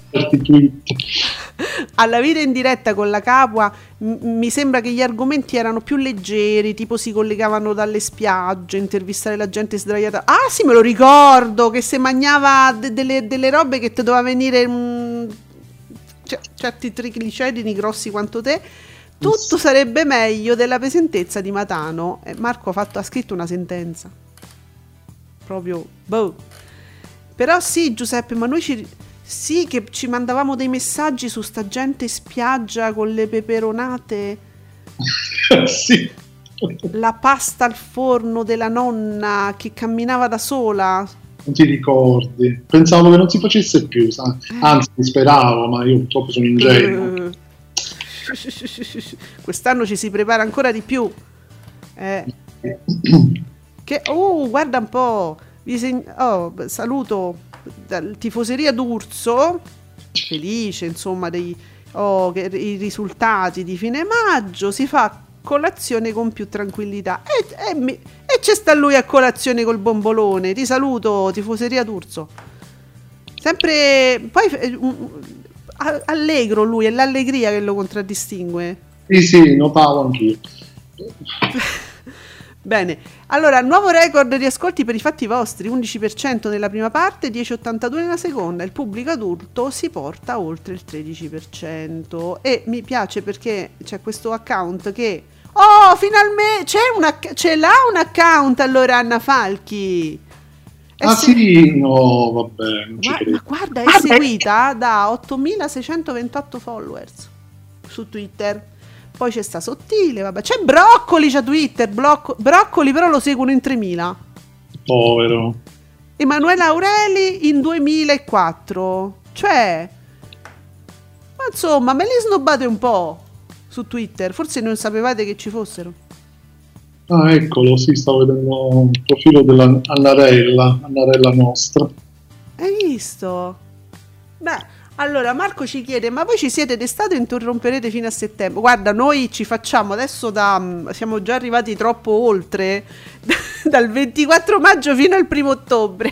alla vita in diretta con la Capua m- mi sembra che gli argomenti erano più leggeri, tipo si collegavano dalle spiagge, intervistare la gente sdraiata. Ah sì, me lo ricordo, che se mangiava de- delle, delle robe che ti doveva venire mh, c- certi trigliceridini grossi quanto te, tutto sarebbe meglio della pesantezza di Matano. eh, Marco ha, fatto, ha scritto una sentenza proprio boh. Però sì, Giuseppe, ma noi ci, sì che ci mandavamo dei messaggi su sta gente in spiaggia con le peperonate. Sì. La pasta al forno della nonna che camminava da sola. Non ti ricordi? Pensavo che non si facesse più, sa? Anzi, speravo, ma io purtroppo sono ingenuo. Quest'anno ci si prepara ancora di più. Eh. Che, oh, guarda un po'. Oh, saluto dal Tifoseria d'Urso, felice insomma dei oh, che, i risultati di fine maggio, si fa colazione con più tranquillità e, e, e c'è sta lui a colazione col bombolone. Ti saluto, Tifoseria d'Urso, sempre poi eh, allegro lui, è l'allegria che lo contraddistingue. Sì sì, notavo anch'io. Bene, allora, nuovo record di ascolti per i fatti vostri, undici per cento nella prima parte, dieci virgola ottantadue nella seconda. Il pubblico adulto si porta oltre il tredici per cento e mi piace perché c'è questo account che oh, finalmente c'è una, ce l'ha un account allora Anna Falchi. È ah se... sì, no, vabbè, non ci Gua- ma guarda, è seguita da ottomilaseicentoventotto followers su Twitter. Poi c'è sta Sottile, vabbè. C'è Broccoli, c'è Twitter, Blocco, Broccoli però lo seguono in tremila. Povero. Emanuele Aureli in duemilaquattro. Cioè, ma insomma, me li snobbate un po' su Twitter. Forse non sapevate che ci fossero. Ah, eccolo, sì, stavo vedendo il profilo della Annarella, Annarella nostra. Hai visto? Beh, Allora Marco ci chiede: ma voi ci siete d'estate o interromperete fino a settembre? Guarda, noi ci facciamo adesso da siamo già arrivati troppo oltre dal ventiquattro maggio fino al primo ottobre.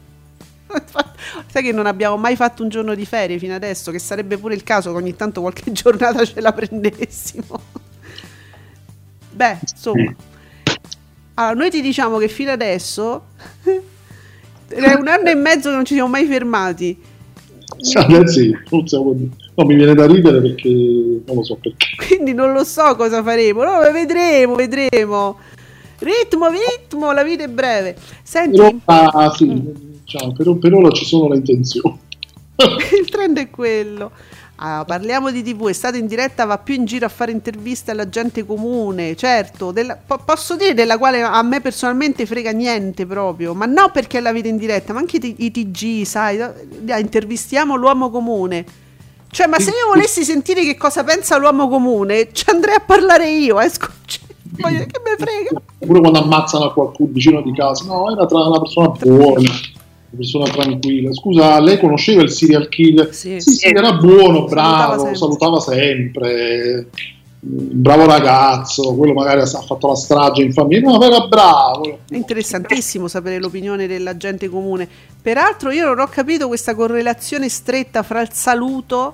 Sai che non abbiamo mai fatto un giorno di ferie fino adesso, che sarebbe pure il caso che ogni tanto qualche giornata ce la prendessimo. Beh, insomma, allora noi ti diciamo che fino adesso è un anno e mezzo che non ci siamo mai fermati. Sì, no, mi viene da ridere perché non lo so perché. Quindi non lo so cosa faremo, no, vedremo, vedremo. Ritmo, ritmo, la vita è breve. Senti, però, ah, sì, mm. diciamo, per, per ora ci sono le intenzioni. Il trend è quello. Ah, parliamo di tivù, è stato in diretta, va più in giro a fare interviste alla gente comune, certo, della, po- posso dire della quale a me personalmente frega niente proprio, ma no perché è la vita in diretta, ma anche i, i T G, sai, intervistiamo l'uomo comune. Cioè, ma se io volessi sentire che cosa pensa l'uomo comune, ci andrei a parlare io, eh, scusi, che me frega. Pure quando ammazzano qualcuno vicino di casa, no, era tra una persona buona. Persona tranquilla. Scusa, lei conosceva il serial killer? Sì, sì, sì, era buono, bravo, salutava sempre, salutava sempre. Bravo ragazzo, quello magari ha fatto la strage in famiglia, no, era bravo. È interessantissimo sapere l'opinione della gente comune. Peraltro io non ho capito questa correlazione stretta fra il saluto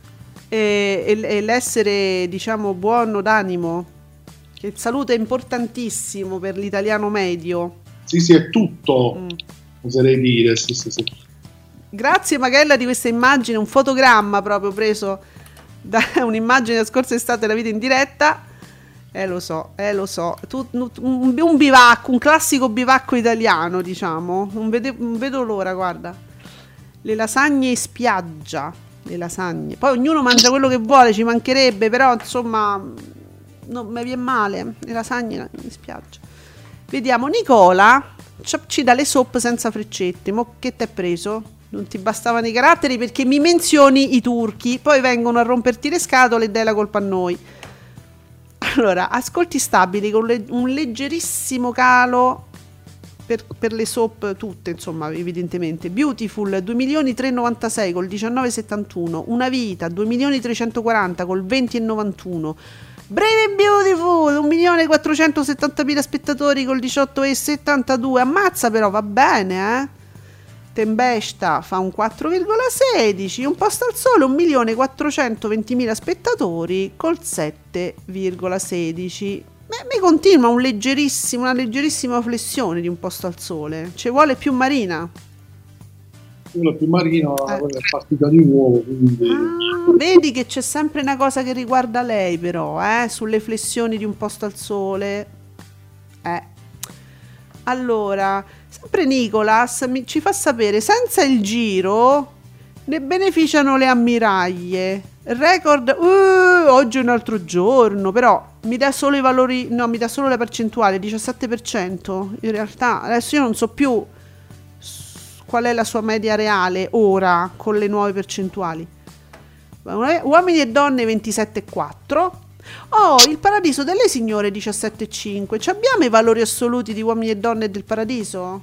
e, e, e l'essere, diciamo, buono d'animo, che il saluto è importantissimo per l'italiano medio. Sì, sì, è tutto. Mm. Oserei dire, sì, sì, sì. Grazie Magella di questa immagine, un fotogramma proprio preso da un'immagine della scorsa estate della vita in diretta. Eh lo so, eh lo so, tu, un, un bivacco, un classico bivacco italiano, diciamo. Non, vede, non vedo l'ora, guarda. Le lasagne in spiaggia, le lasagne. Poi ognuno mangia quello che vuole, ci mancherebbe, però insomma non mi viene male, le lasagne in spiaggia. Vediamo Nicola. Ci dà le soap senza freccette. Mo che t'è preso? Non ti bastavano i caratteri perché mi menzioni i turchi, poi vengono a romperti le scatole e dai la colpa a noi. Allora, ascolti stabili con le, un leggerissimo calo per, per le soap tutte, insomma, evidentemente. Beautiful due milioni trecentonovantasei col diciannove virgola settantuno, Una vita due milioni trecentoquaranta col venti virgola novantuno, Brave and Beautiful un milione quattrocentosettantamila spettatori col diciotto virgola settantadue. Ammazza, però va bene, eh. Tempesta fa un quattro virgola sedici. Un posto al sole un milione quattrocentoventimila spettatori col sette virgola sedici. Mi continua un leggerissimo, una leggerissima flessione di un posto al sole. Ci vuole più Marina. Quello più marino, eh. Quella è partita di nuovo, quindi... ah, vedi che c'è sempre una cosa che riguarda lei, però, eh, sulle flessioni di un posto al sole. Eh. Allora, sempre Nicolas mi, ci fa sapere: senza il giro ne beneficiano le ammiraglie. Record, uh, oggi è un altro giorno, però mi dà solo i valori, no, mi dà solo la percentuale, diciassette per cento. In realtà adesso io non so più qual è la sua media reale ora con le nuove percentuali. Uomini e donne ventisette virgola quattro. Oh, il paradiso delle signore diciassette virgola cinque. Ci abbiamo i valori assoluti di uomini e donne del paradiso?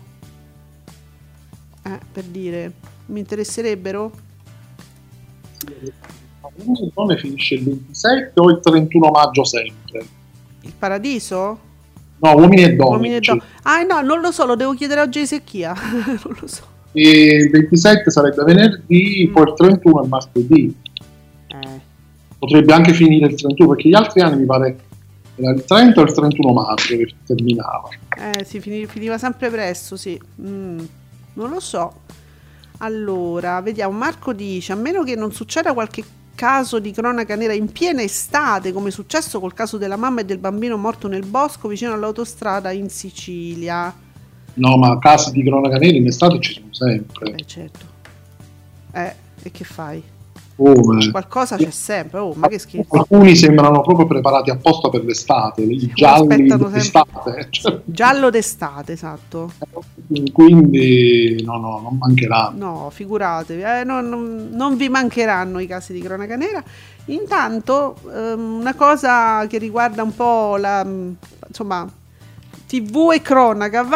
Eh, per dire, mi interesserebbero? Uomini e donne finisce il ventisette o il trentuno maggio sempre? Il paradiso? No, uomini e donne. Uomini e donne. Ah no, non lo so, lo devo chiedere oggi a Secchia. Non lo so. E il ventisette sarebbe venerdì, mm. poi il trentuno è martedì. Eh. Potrebbe anche finire il trentuno, perché gli altri anni mi pare era il trenta o il trentuno maggio che terminava. Eh, si finiva, finiva sempre presto, sì. Mm, non lo so. Allora, vediamo. Marco dice: a meno che non succeda qualche caso di cronaca nera in piena estate, come è successo col caso della mamma e del bambino morto nel bosco vicino all'autostrada in Sicilia. No, ma casi di cronaca nera in estate ci sono sempre. Eh, certo. Eh, e che fai? Come? Qualcosa c'è sempre. Oh, ma che schifo. Alcuni sembrano proprio preparati apposta per l'estate, i gialli d'estate. Cioè. Giallo d'estate, esatto. Quindi no, no, non mancheranno. No, figuratevi, eh, no, non, non vi mancheranno i casi di cronaca nera. Intanto ehm, una cosa che riguarda un po' la, insomma, tivù e cronaca, va.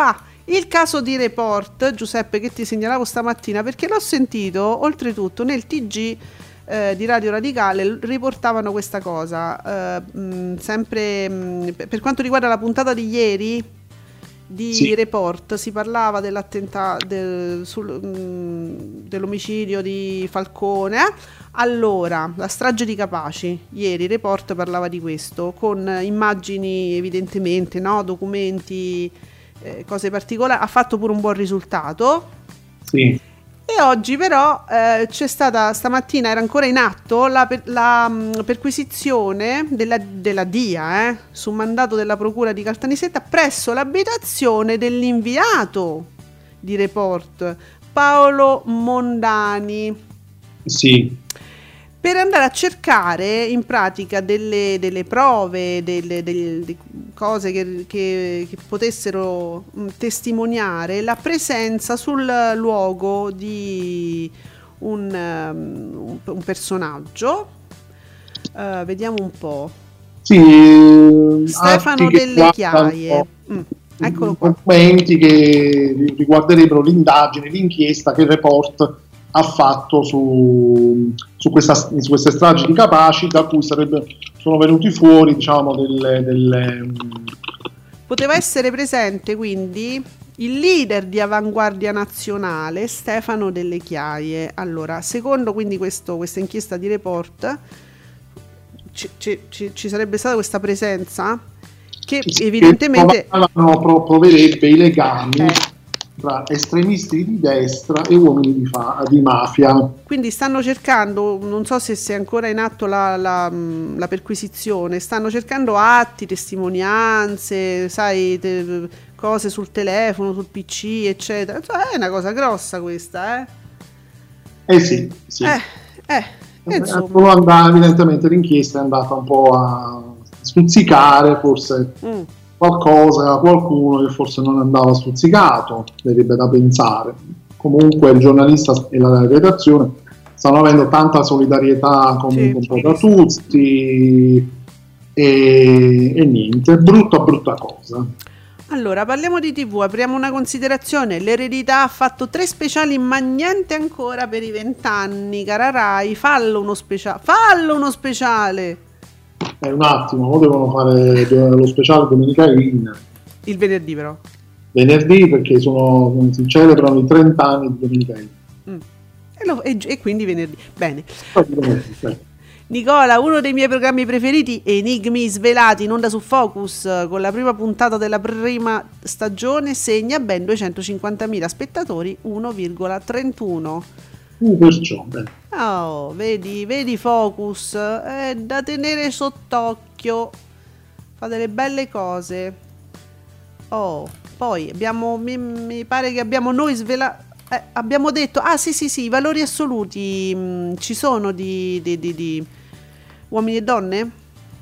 Il caso di Report, Giuseppe, che ti segnalavo stamattina, perché l'ho sentito oltretutto nel T G eh, di Radio Radicale, riportavano questa cosa, eh, mh, sempre mh, per quanto riguarda la puntata di ieri di sì. Report, si parlava dell'attentato del, sul, mh, dell'omicidio di Falcone. eh? Allora, la strage di Capaci, ieri Report parlava di questo, con immagini evidentemente, no? Documenti, eh, cose particolari, ha fatto pure un buon risultato. Sì. E oggi però eh, c'è stata, stamattina era ancora in atto la, la mh, perquisizione della, della D I A eh, su mandato della procura di Caltanissetta presso l'abitazione dell'inviato di Report, Paolo Mondani. Sì. Per andare a cercare in pratica delle, delle prove, delle, delle, delle cose che, che, che potessero mh, testimoniare la presenza sul luogo di un, um, un personaggio. Uh, vediamo un po'. Sì, Stefano Delle Chiaie. Mm, eccolo qua. Documenti che riguarderebbero l'indagine, l'inchiesta che il Report ha fatto su, su, questa, su queste stragi di Capaci, da cui sarebbe, sono venuti fuori, diciamo, delle, delle... Poteva essere presente quindi il leader di Avanguardia Nazionale, Stefano Delle Chiaie. Allora, secondo quindi questo, questa inchiesta di Report, ci, ci, ci, ci sarebbe stata questa presenza che sì, evidentemente pro, proverebbe i legami eh. tra estremisti di destra e uomini di, fa- di mafia. Quindi stanno cercando, non so se sia ancora in atto la, la, la perquisizione, stanno cercando atti, testimonianze, sai, te, cose sul telefono, sul P C, eccetera. Insomma, è una cosa grossa questa, eh? Eh sì, sì. Eh, eh, insomma. Andava, evidentemente l'inchiesta è andata un po' a stuzzicare, forse... Mm. qualcosa, qualcuno che forse non andava stuzzicato, sarebbe da pensare. Comunque il giornalista e la redazione stanno avendo tanta solidarietà comunque sì, un po' da tutti e, e niente, brutta brutta cosa. Allora, parliamo di tivù, apriamo una considerazione. L'Eredità ha fatto tre speciali, ma niente ancora per i vent'anni, cara Rai. Fallo uno speciale, fallo uno speciale. Eh, un attimo, devono fare lo speciale Domenica In. Il venerdì però. Venerdì, perché sono, si celebrano i trenta anni di Domenica In. Mm. E, lo, e, e quindi venerdì. Bene. Nicola, uno dei miei programmi preferiti, Enigmi svelati in onda su Focus, con la prima puntata della prima stagione, segna ben duecentocinquantamila spettatori, uno virgola trentuno. Uh, perciò, beh. Oh, vedi, vedi Focus, è da tenere sott'occhio, fa delle belle cose. Oh, poi abbiamo, mi, mi pare che abbiamo noi svelato, eh, abbiamo detto, ah sì sì sì, i valori assoluti mh, ci sono di, di, di, di uomini e donne?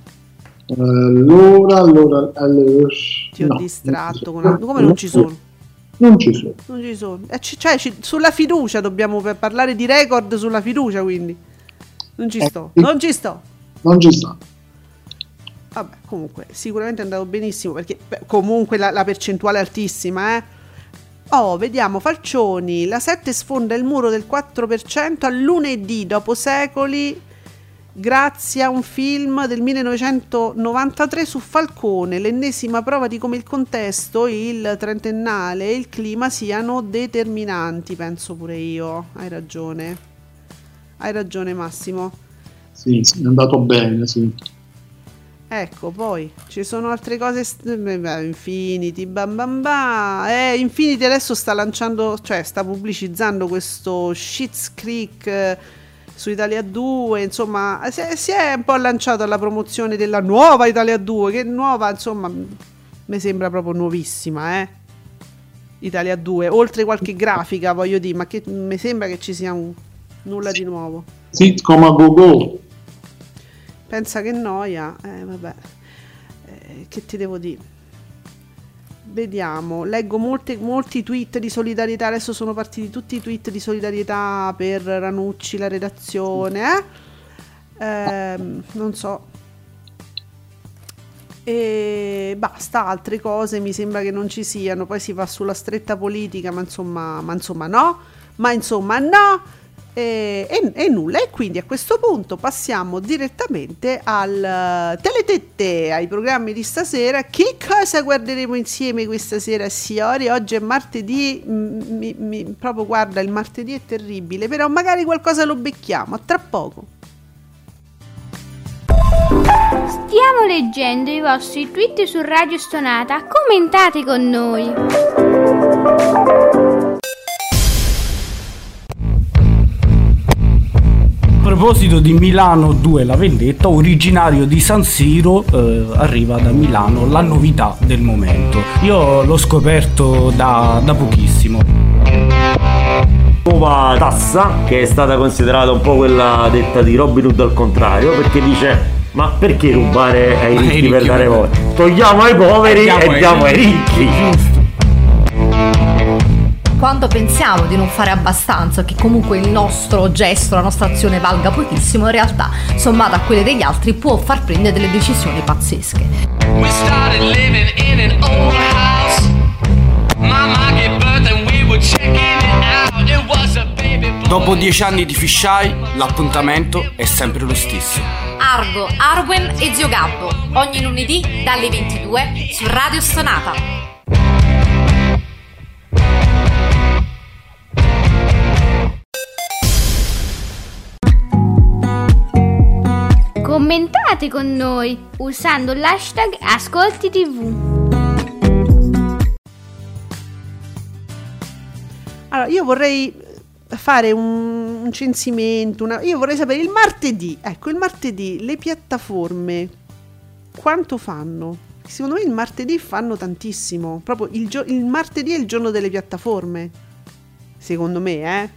Allora, allora, allora ti ho no, distratto, con una, come non ci sono? Non ci sono. Non ci sono. Eh, c- cioè, c- sulla fiducia dobbiamo per parlare di record sulla fiducia, quindi. Non ci sto. Eh, non ci sto. Non ci sta. Vabbè, comunque, sicuramente è andato benissimo, perché beh, comunque la, la percentuale è altissima, eh. Oh, vediamo, Falcioni, la sette sfonda il muro del quattro per cento a lunedì, dopo secoli, grazie a un film del millenovecentonovantatré su Falcone, l'ennesima prova di come il contesto, il trentennale e il clima siano determinanti. Penso pure io, hai ragione, hai ragione Massimo. Sì, è andato bene, sì. Ecco, poi ci sono altre cose, Infinity, bam bam bam. Eh, Infinity adesso sta lanciando, cioè sta pubblicizzando questo Schitt's Creek eh, su Italia due, insomma si è, si è un po' lanciato alla promozione della nuova Italia due, che nuova, insomma, mi sembra proprio nuovissima, eh Italia due, oltre qualche grafica, voglio dire, ma che mi sembra che ci sia un, nulla di nuovo. Sitcom a go go. Pensa che noia, eh vabbè, eh, che ti devo dire. Vediamo, leggo molte, molti tweet di solidarietà, adesso sono partiti tutti i tweet di solidarietà per Ranucci, la redazione, eh? Eh, non so. e basta, altre cose mi sembra che non ci siano. Poi si va sulla stretta politica, ma insomma, ma insomma no, ma insomma no. E, e, e nulla, e quindi a questo punto passiamo direttamente al Teletette, ai programmi di stasera. Che cosa guarderemo insieme questa sera, signori? Oggi è martedì, mi, mi, proprio guarda, il martedì è terribile, però magari qualcosa lo becchiamo, a tra poco. Stiamo leggendo i vostri tweet su Radio Stonata, commentate con noi. A proposito di Milano due La Vendetta, originario di San Siro, eh, arriva da Milano la novità del momento. Io l'ho scoperto da, da pochissimo. Nuova tassa che è stata considerata un po' quella detta di Robin Hood al contrario, perché dice: ma perché rubare ai ricchi, ricchi per dare voto? Togliamo ai poveri e diamo ai ricchi. Giusto. Quando pensiamo di non fare abbastanza, che comunque il nostro gesto, la nostra azione valga pochissimo, in realtà, sommata a quelle degli altri, può far prendere delle decisioni pazzesche. We started living in an old house. Mama gave birth and we were checking it out. It was a baby boy. Dopo dieci anni di fisheye, l'appuntamento è sempre lo stesso. Argo, Arwen e Zio Gabbo, ogni lunedì dalle ventidue su Radio Stonata. Commentate con noi usando l'hashtag Ascolti tivù. Allora, io vorrei fare un, un censimento, una, io vorrei sapere il martedì, ecco, il martedì le piattaforme quanto fanno? Secondo me il martedì fanno tantissimo, proprio il, gio- il martedì è il giorno delle piattaforme, secondo me, eh?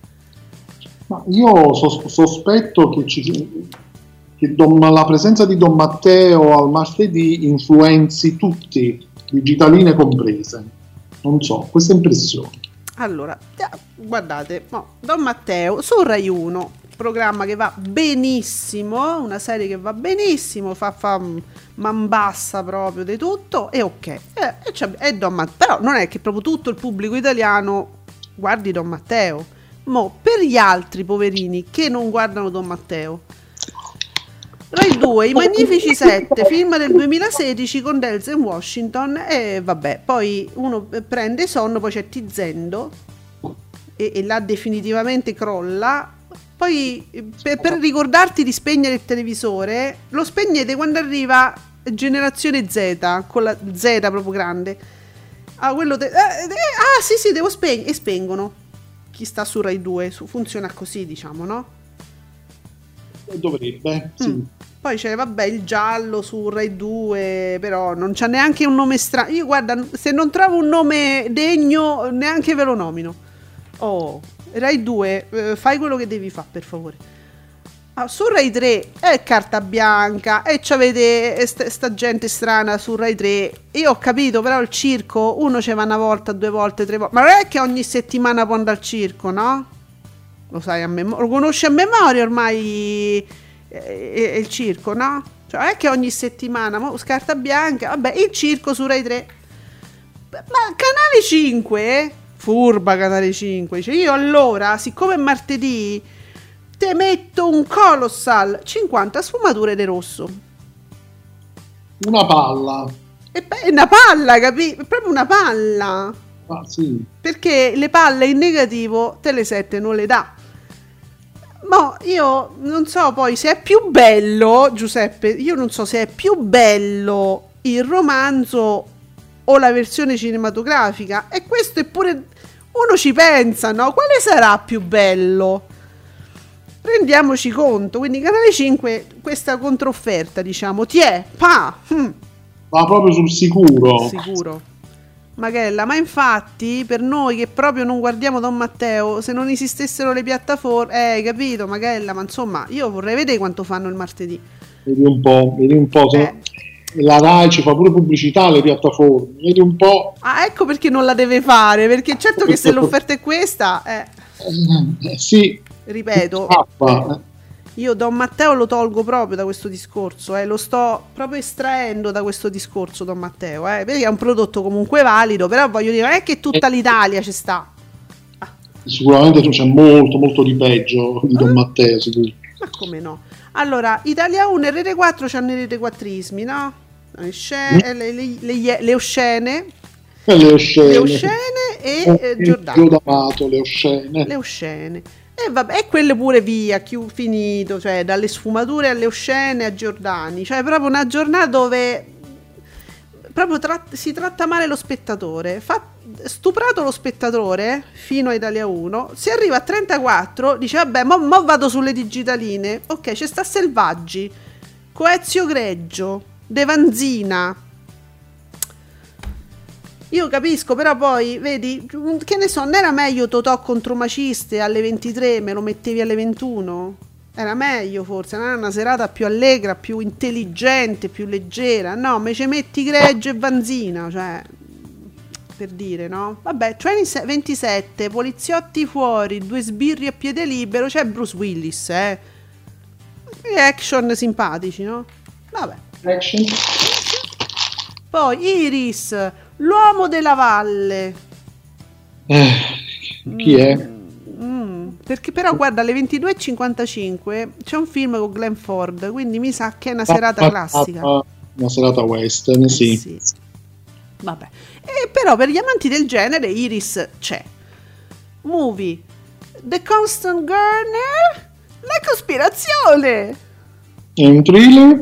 Ma io sos- sospetto che ci... che Don, la presenza di Don Matteo al martedì influenzi tutti, digitaline comprese. Non so, questa impressione. Allora, guardate, no, Don Matteo su Rai uno, programma che va benissimo, una serie che va benissimo, fa, fa mambassa proprio di tutto, e ok, e, e è Don Matteo, però non è che proprio tutto il pubblico italiano guardi Don Matteo. Mo, per gli altri poverini che non guardano Don Matteo, Rai due, I Magnifici Sette, film del duemilasedici con Denzel Washington, e vabbè, poi uno prende sonno, poi c'è Tizendo e, e là definitivamente crolla. Poi per, per ricordarti di spegnere il televisore, lo spegnete quando arriva Generazione Z, con la Z proprio grande. Ah, quello de- eh, eh, ah sì sì, devo spegnere, e spengono. Chi sta su Rai due, su, funziona così, diciamo, no? Dovrebbe, sì. Mm. Poi c'è, vabbè, il giallo su Rai due, però non c'ha neanche un nome strano. Io, guarda, se non trovo un nome degno, neanche ve lo nomino. Oh, Rai due, eh, fai quello che devi fare, per favore. Ah, su Rai tre è carta bianca e c'avete st- sta gente strana su Rai tre. Io ho capito, però il circo, uno ci va una volta, due volte, tre volte. Ma non è che ogni settimana può andare al circo, no? Lo sai a memoria, lo conosci a memoria ormai eh, il circo, no? Cioè non è che ogni settimana, mo, carta bianca, vabbè, il circo su Rai tre. Ma Canale cinque, furba Canale cinque, dice, io allora, siccome è martedì, te metto un Colossal cinquanta sfumature di rosso. Una palla. E beh, una palla, capito? È proprio una palla. Ah, sì. Perché le palle in negativo Tele sette non le dà. Ma io non so poi se è più bello, Giuseppe, io non so se è più bello il romanzo o la versione cinematografica, e questo è pure, uno ci pensa, no? Quale sarà più bello? Rendiamoci conto. Quindi Canale cinque, questa controfferta, diciamo, ti è, pa, hm. va proprio sul sicuro. Sicuro. Magella, ma infatti per noi che proprio non guardiamo Don Matteo, se non esistessero le piattaforme, eh, hai capito, Magella, ma insomma, io vorrei vedere quanto fanno il martedì. Vedi un po', vedi un po', se eh. la Rai ci fa pure pubblicità alle piattaforme, vedi un po'. Ah, ecco perché non la deve fare, perché certo che se l'offerta è questa, eh, eh sì, ripeto, eh. io Don Matteo lo tolgo proprio da questo discorso, eh, lo sto proprio estraendo da questo discorso Don Matteo, eh, perché è un prodotto comunque valido, però voglio dire, non è che tutta l'Italia ci sta. Ah. Sicuramente c'è molto molto di peggio di Don eh? Matteo, sicuro. Ma come no? Allora, Italia uno e Rete quattro c'hanno i retequattrismi, no? Le, scene, mm. le, le, le, le oscene, le oscene, le oscene e eh, Giordano. D'Amato, le oscene. Le oscene. E vabbè, e quelle pure via, chi finito, cioè dalle sfumature alle oscene a Giordani, cioè proprio una giornata dove proprio tra- si tratta male lo spettatore, fa stuprato lo spettatore fino a Italia uno, si arriva a trentaquattro, dice vabbè, mo, mo vado sulle digitaline, ok, c'è sta Selvaggi, Coezio Greggio, De Vanzina. Io capisco, però poi, vedi, che ne so, non era meglio Totò contro Maciste alle ventitré, me lo mettevi alle ventuno? Era meglio forse, non era una serata più allegra, più intelligente, più leggera, no, me ci metti Greggio e Vanzina, cioè, per dire, no? Vabbè, cioè ventisette, poliziotti fuori, due sbirri a piede libero, c'è Bruce Willis, eh? E action simpatici, no? Vabbè. Action. Poi Iris, l'uomo della valle. Eh, chi è? Mm, mm, perché però guarda, alle ventidue e cinquantacinque c'è un film con Glenn Ford, quindi mi sa che è una serata ah, classica. Ah, una serata western, sì. sì. Vabbè. E però per gli amanti del genere Iris c'è. Movie The Constant Garner, La cospirazione. È un thriller?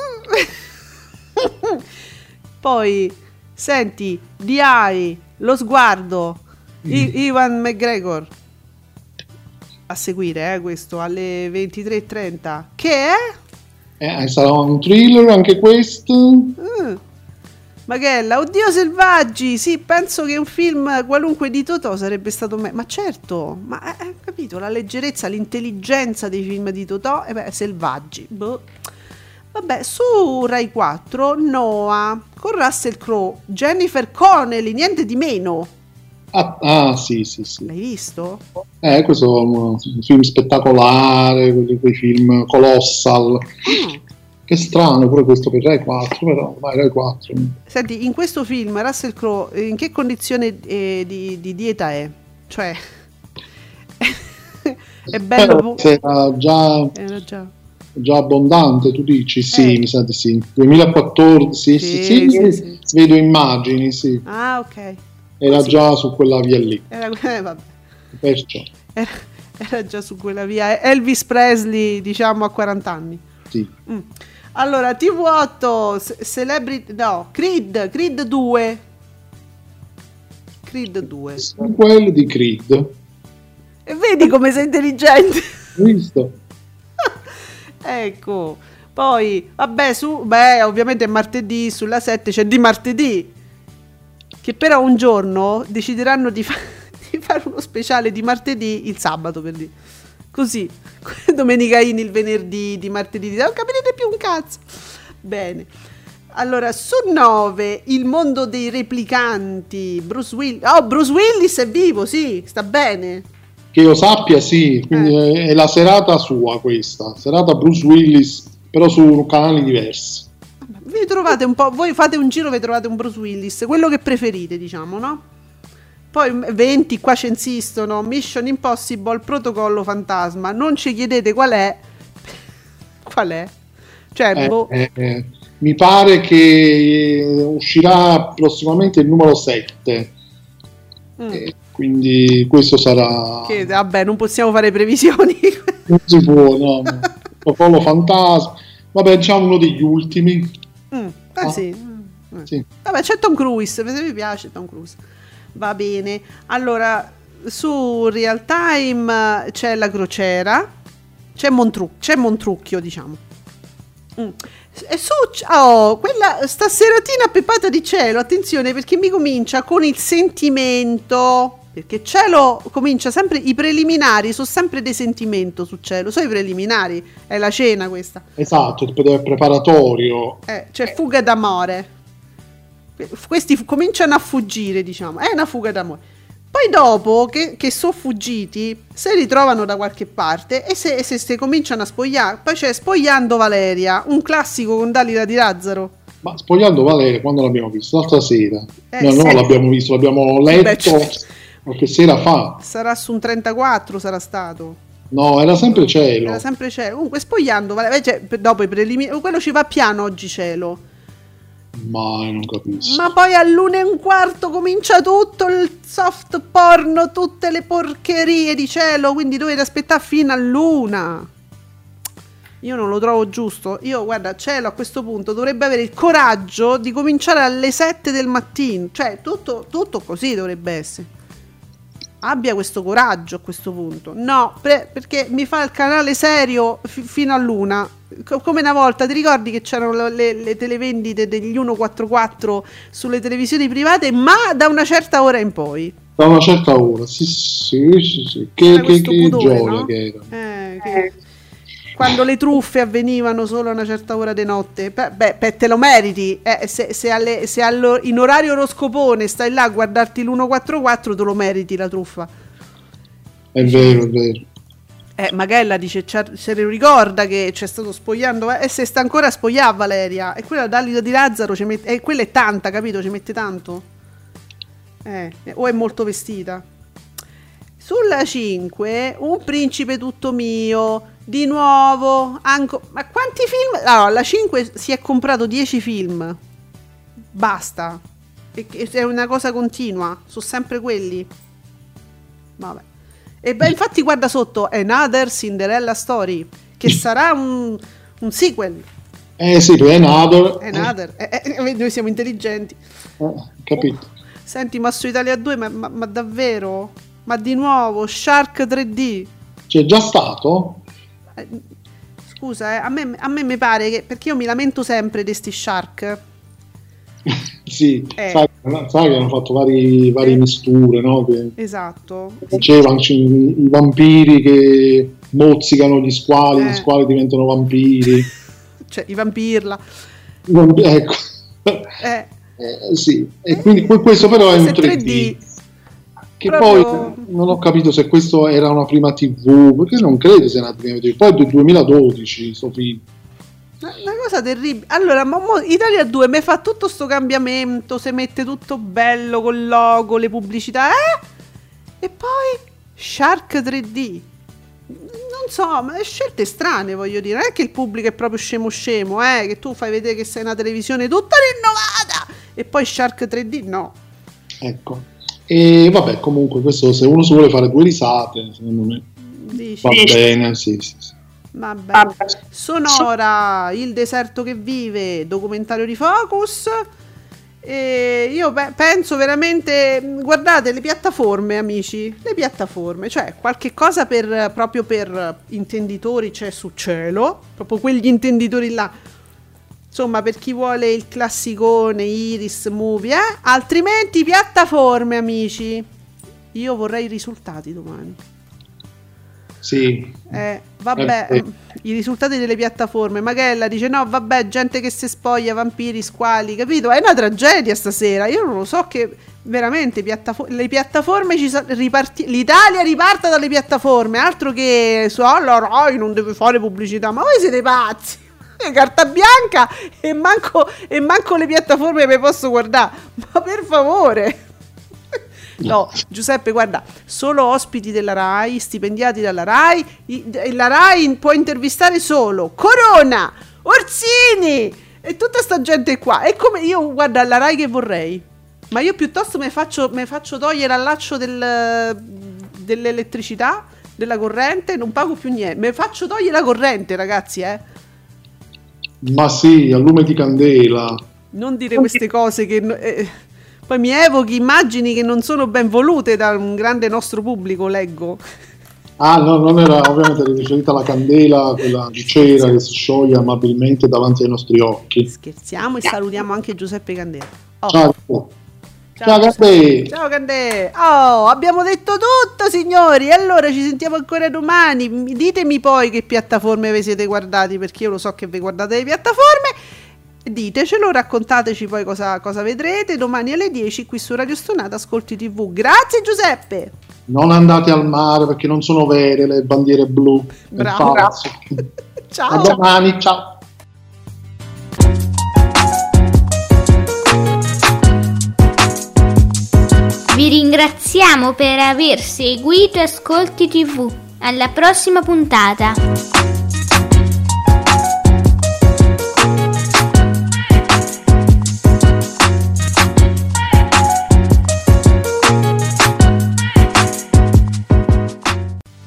Poi senti, The Eye, Lo sguardo, I- Ivan McGregor a seguire, eh, questo alle ventitré e trenta. Che è? Eh, sarà un thriller anche questo? Mm. Maghella, Oddio Selvaggi, sì, penso che un film qualunque di Totò sarebbe stato me- ma certo, ma hai eh, capito, la leggerezza, l'intelligenza dei film di Totò, e eh beh, Selvaggi, boh. Vabbè, su Rai quattro, Noah, con Russell Crowe, Jennifer Connelly, niente di meno. Ah, ah sì, sì, sì. L'hai visto? Eh, questo è un film spettacolare, quei, quei film colossal. Mm. Che strano pure questo per Rai quattro, però ormai Rai quattro. Senti, in questo film Russell Crowe in che condizione eh, di, di dieta è? Cioè, è bello. Era già... Era già... già abbondante, tu dici? Sì, eh. mi sa di sì. duemilaquattordici, sì, sì, sì, sì, sì. Vedo immagini, sì. Ah, ok. Era sì. già su quella via lì. Era, eh, vabbè. Perciò. Era, era già su quella via. Elvis Presley, diciamo, a quaranta anni. Sì. Mm. Allora, T V otto, Celebrity, no, Creed, Creed due. Creed due. Quello di Creed. E vedi come sei intelligente. Visto? Ecco, poi vabbè, su, beh, ovviamente è martedì, sulla sette c'è Di Martedì, che però un giorno decideranno di, fa- di fare uno speciale di martedì il sabato, per dire così, Domenica In il venerdì, Di Martedì, non capirete più un cazzo. Bene, allora su nove Il mondo dei replicanti, Bruce Willis. Oh, Bruce Willis è vivo, sì, sta bene. Che io sappia, sì, quindi eh. è la serata sua questa, serata Bruce Willis, però su canali diversi. Vi trovate un po', voi fate un giro, vi trovate un Bruce Willis, quello che preferite, diciamo, no? Poi venti, qua ci insistono, Mission Impossible, Protocollo Fantasma, non ci chiedete qual è, qual è? Cioè, eh, boh. eh, eh, mi pare che uscirà prossimamente il numero sette. Mm. Eh, quindi questo sarà che vabbè, non possiamo fare previsioni. Non si può, no, no. Protocollo Fantasma, vabbè, diciamo uno degli ultimi. Mm, ah, ah. Sì. Mm. sì vabbè, c'è Tom Cruise, se vi piace Tom Cruise va bene. Allora su Real Time c'è la crociera, c'è, Montru- c'è Montrucchio, diciamo. Mm. E su oh, quella staseratina peppata di cielo, attenzione, perché mi comincia con il sentimento, perché cielo comincia sempre, i preliminari sono sempre dei sentimento su cielo, so i preliminari, è la cena questa, esatto, il preparatorio, eh, c'è fuga d'amore, questi f- cominciano a fuggire, diciamo, è una fuga d'amore. Poi dopo che, che sono fuggiti, si ritrovano da qualche parte e se, se, se cominciano a spogliare. Poi c'è Spogliando Valeria, un classico con Dalila Di Lazzaro. Ma Spogliando Valeria quando l'abbiamo visto? L'altra sera. Eh, no, sì. no, l'abbiamo visto, l'abbiamo letto Beh, qualche sera fa. Sarà su un trentaquattro, sarà stato. No, era sempre Cielo. Era sempre Cielo. Comunque Spogliando Valeria, cioè, dopo i preliminari, quello ci va piano oggi Cielo. Ma non capisco. Ma poi all'una e un quarto comincia tutto il soft porno, tutte le porcherie di Cielo, quindi dovete aspettare fino all'una. Io non lo trovo giusto. Io, guarda, Cielo a questo punto dovrebbe avere il coraggio di cominciare alle sette del mattino. Cioè, tutto, tutto così dovrebbe essere. Abbia questo coraggio a questo punto. No, pre- perché mi fa il canale serio f- fino all'una. C- come una volta, ti ricordi che c'erano le, le televendite degli centoquarantaquattro sulle televisioni private, ma da una certa ora in poi? Da una certa ora, sì, sì, sì, sì. Che, che, che pudore, gioia no? che era. Eh, che... Quando le truffe avvenivano solo a una certa ora di notte, beh, beh te lo meriti. Eh, se se, alle, se allo, in orario oroscopone stai là a guardarti l'uno quattro quattro, te lo meriti la truffa. È vero, è vero. Eh, Magella dice, se ne ricorda che c'è stato spogliando, e eh, se sta ancora a spogliare Valeria, e quella Dalila Di Lazzaro, ci mette, eh, quella è tanta, capito? Ci mette tanto. Eh, o è molto vestita. Sulla cinque, Un principe tutto mio. Di nuovo, anco, ma quanti film? Allora, la cinque si è comprato dieci film. Basta. E, è una cosa continua, sono sempre quelli. Vabbè. E beh, infatti guarda sotto, Another Cinderella Story, che sarà un, un sequel. Eh sì, è Another. Another. Eh, eh, noi siamo intelligenti. Eh, capito. Senti, ma su Italia due, ma, ma, ma davvero? Ma di nuovo, Shark tre D. C'è già stato? Eh, scusa, eh, a me, a me mi pare che, perché io mi lamento sempre di sti Shark. Sì, eh. sai, sai che hanno fatto vari, varie misture, no? Che esatto. Facevano i, i vampiri che mozzicano gli squali, eh. gli squali diventano vampiri. Cioè, i vampirla. Ecco. Eh. Eh, sì, e quindi questo però è un tre D. tre D. Che proprio... poi non ho capito se questo era una prima tivù, perché non credo sia una prima tivù. Poi è del duemiladodici sto film. Una cosa terribile. Allora, mo, mo, Italia due mi fa tutto sto cambiamento, si mette tutto bello col logo, le pubblicità, eh? E poi Shark tre D. Non so, ma scelte strane, voglio dire. Non è che il pubblico è proprio scemo scemo, eh? Che tu fai vedere che sei una televisione tutta rinnovata e poi Shark tre D no. Ecco. E vabbè, comunque questo, se uno si vuole fare due risate, secondo me dici, va dici. bene, sì, sì, sì. Vabbè. Sonora, Il deserto che vive, documentario di Focus. E io pe- penso veramente, guardate le piattaforme, amici, le piattaforme, cioè qualche cosa per proprio per intenditori c'è su Cielo, proprio quegli intenditori là. Insomma, per chi vuole il classicone, Iris, Movie, eh? Altrimenti piattaforme, amici. Io vorrei i risultati domani. Sì. Eh, vabbè, eh, i risultati delle piattaforme. Magella dice no, vabbè, gente che si spoglia, vampiri, squali, capito? È una tragedia stasera. Io non lo so che veramente piattafo- le piattaforme ci sa- riparti- l'Italia riparta dalle piattaforme, altro che su oh, la Rai non deve fare pubblicità. Ma voi siete pazzi? Carta bianca e manco, e manco le piattaforme me posso guardare, ma per favore. No, Giuseppe, guarda, solo ospiti della Rai, stipendiati dalla Rai, la Rai può intervistare solo Corona, Orsini e tutta sta gente qua. È come io, guarda, la Rai che vorrei, ma io piuttosto mi faccio, mi faccio togliere allaccio del, dell'elettricità, della corrente, non pago più niente, mi faccio togliere la corrente, ragazzi, eh. Ma sì, a lume di candela. Non dire queste cose che eh, poi mi evochi immagini che non sono ben volute da un grande nostro pubblico, leggo. Ah no, non era ovviamente riferita alla candela, quella di cera che si scioglie amabilmente davanti ai nostri occhi. Scherziamo e salutiamo anche Giuseppe Candela. Oh. Ciao. Ciao Candè. Ciao Candè. Oh, abbiamo detto tutto, signori. Allora ci sentiamo ancora domani. Ditemi poi che piattaforme vi siete guardati, perché io lo so che vi guardate le piattaforme. ditecelo, raccontateci poi cosa, cosa vedrete domani alle dieci qui su Radio Stonata Ascolti tivù. Grazie Giuseppe. Non andate al mare perché non sono vere le bandiere blu. Bravo. Ciao. A domani, ciao. Vi ringraziamo per aver seguito Ascolti tivù. Alla prossima puntata.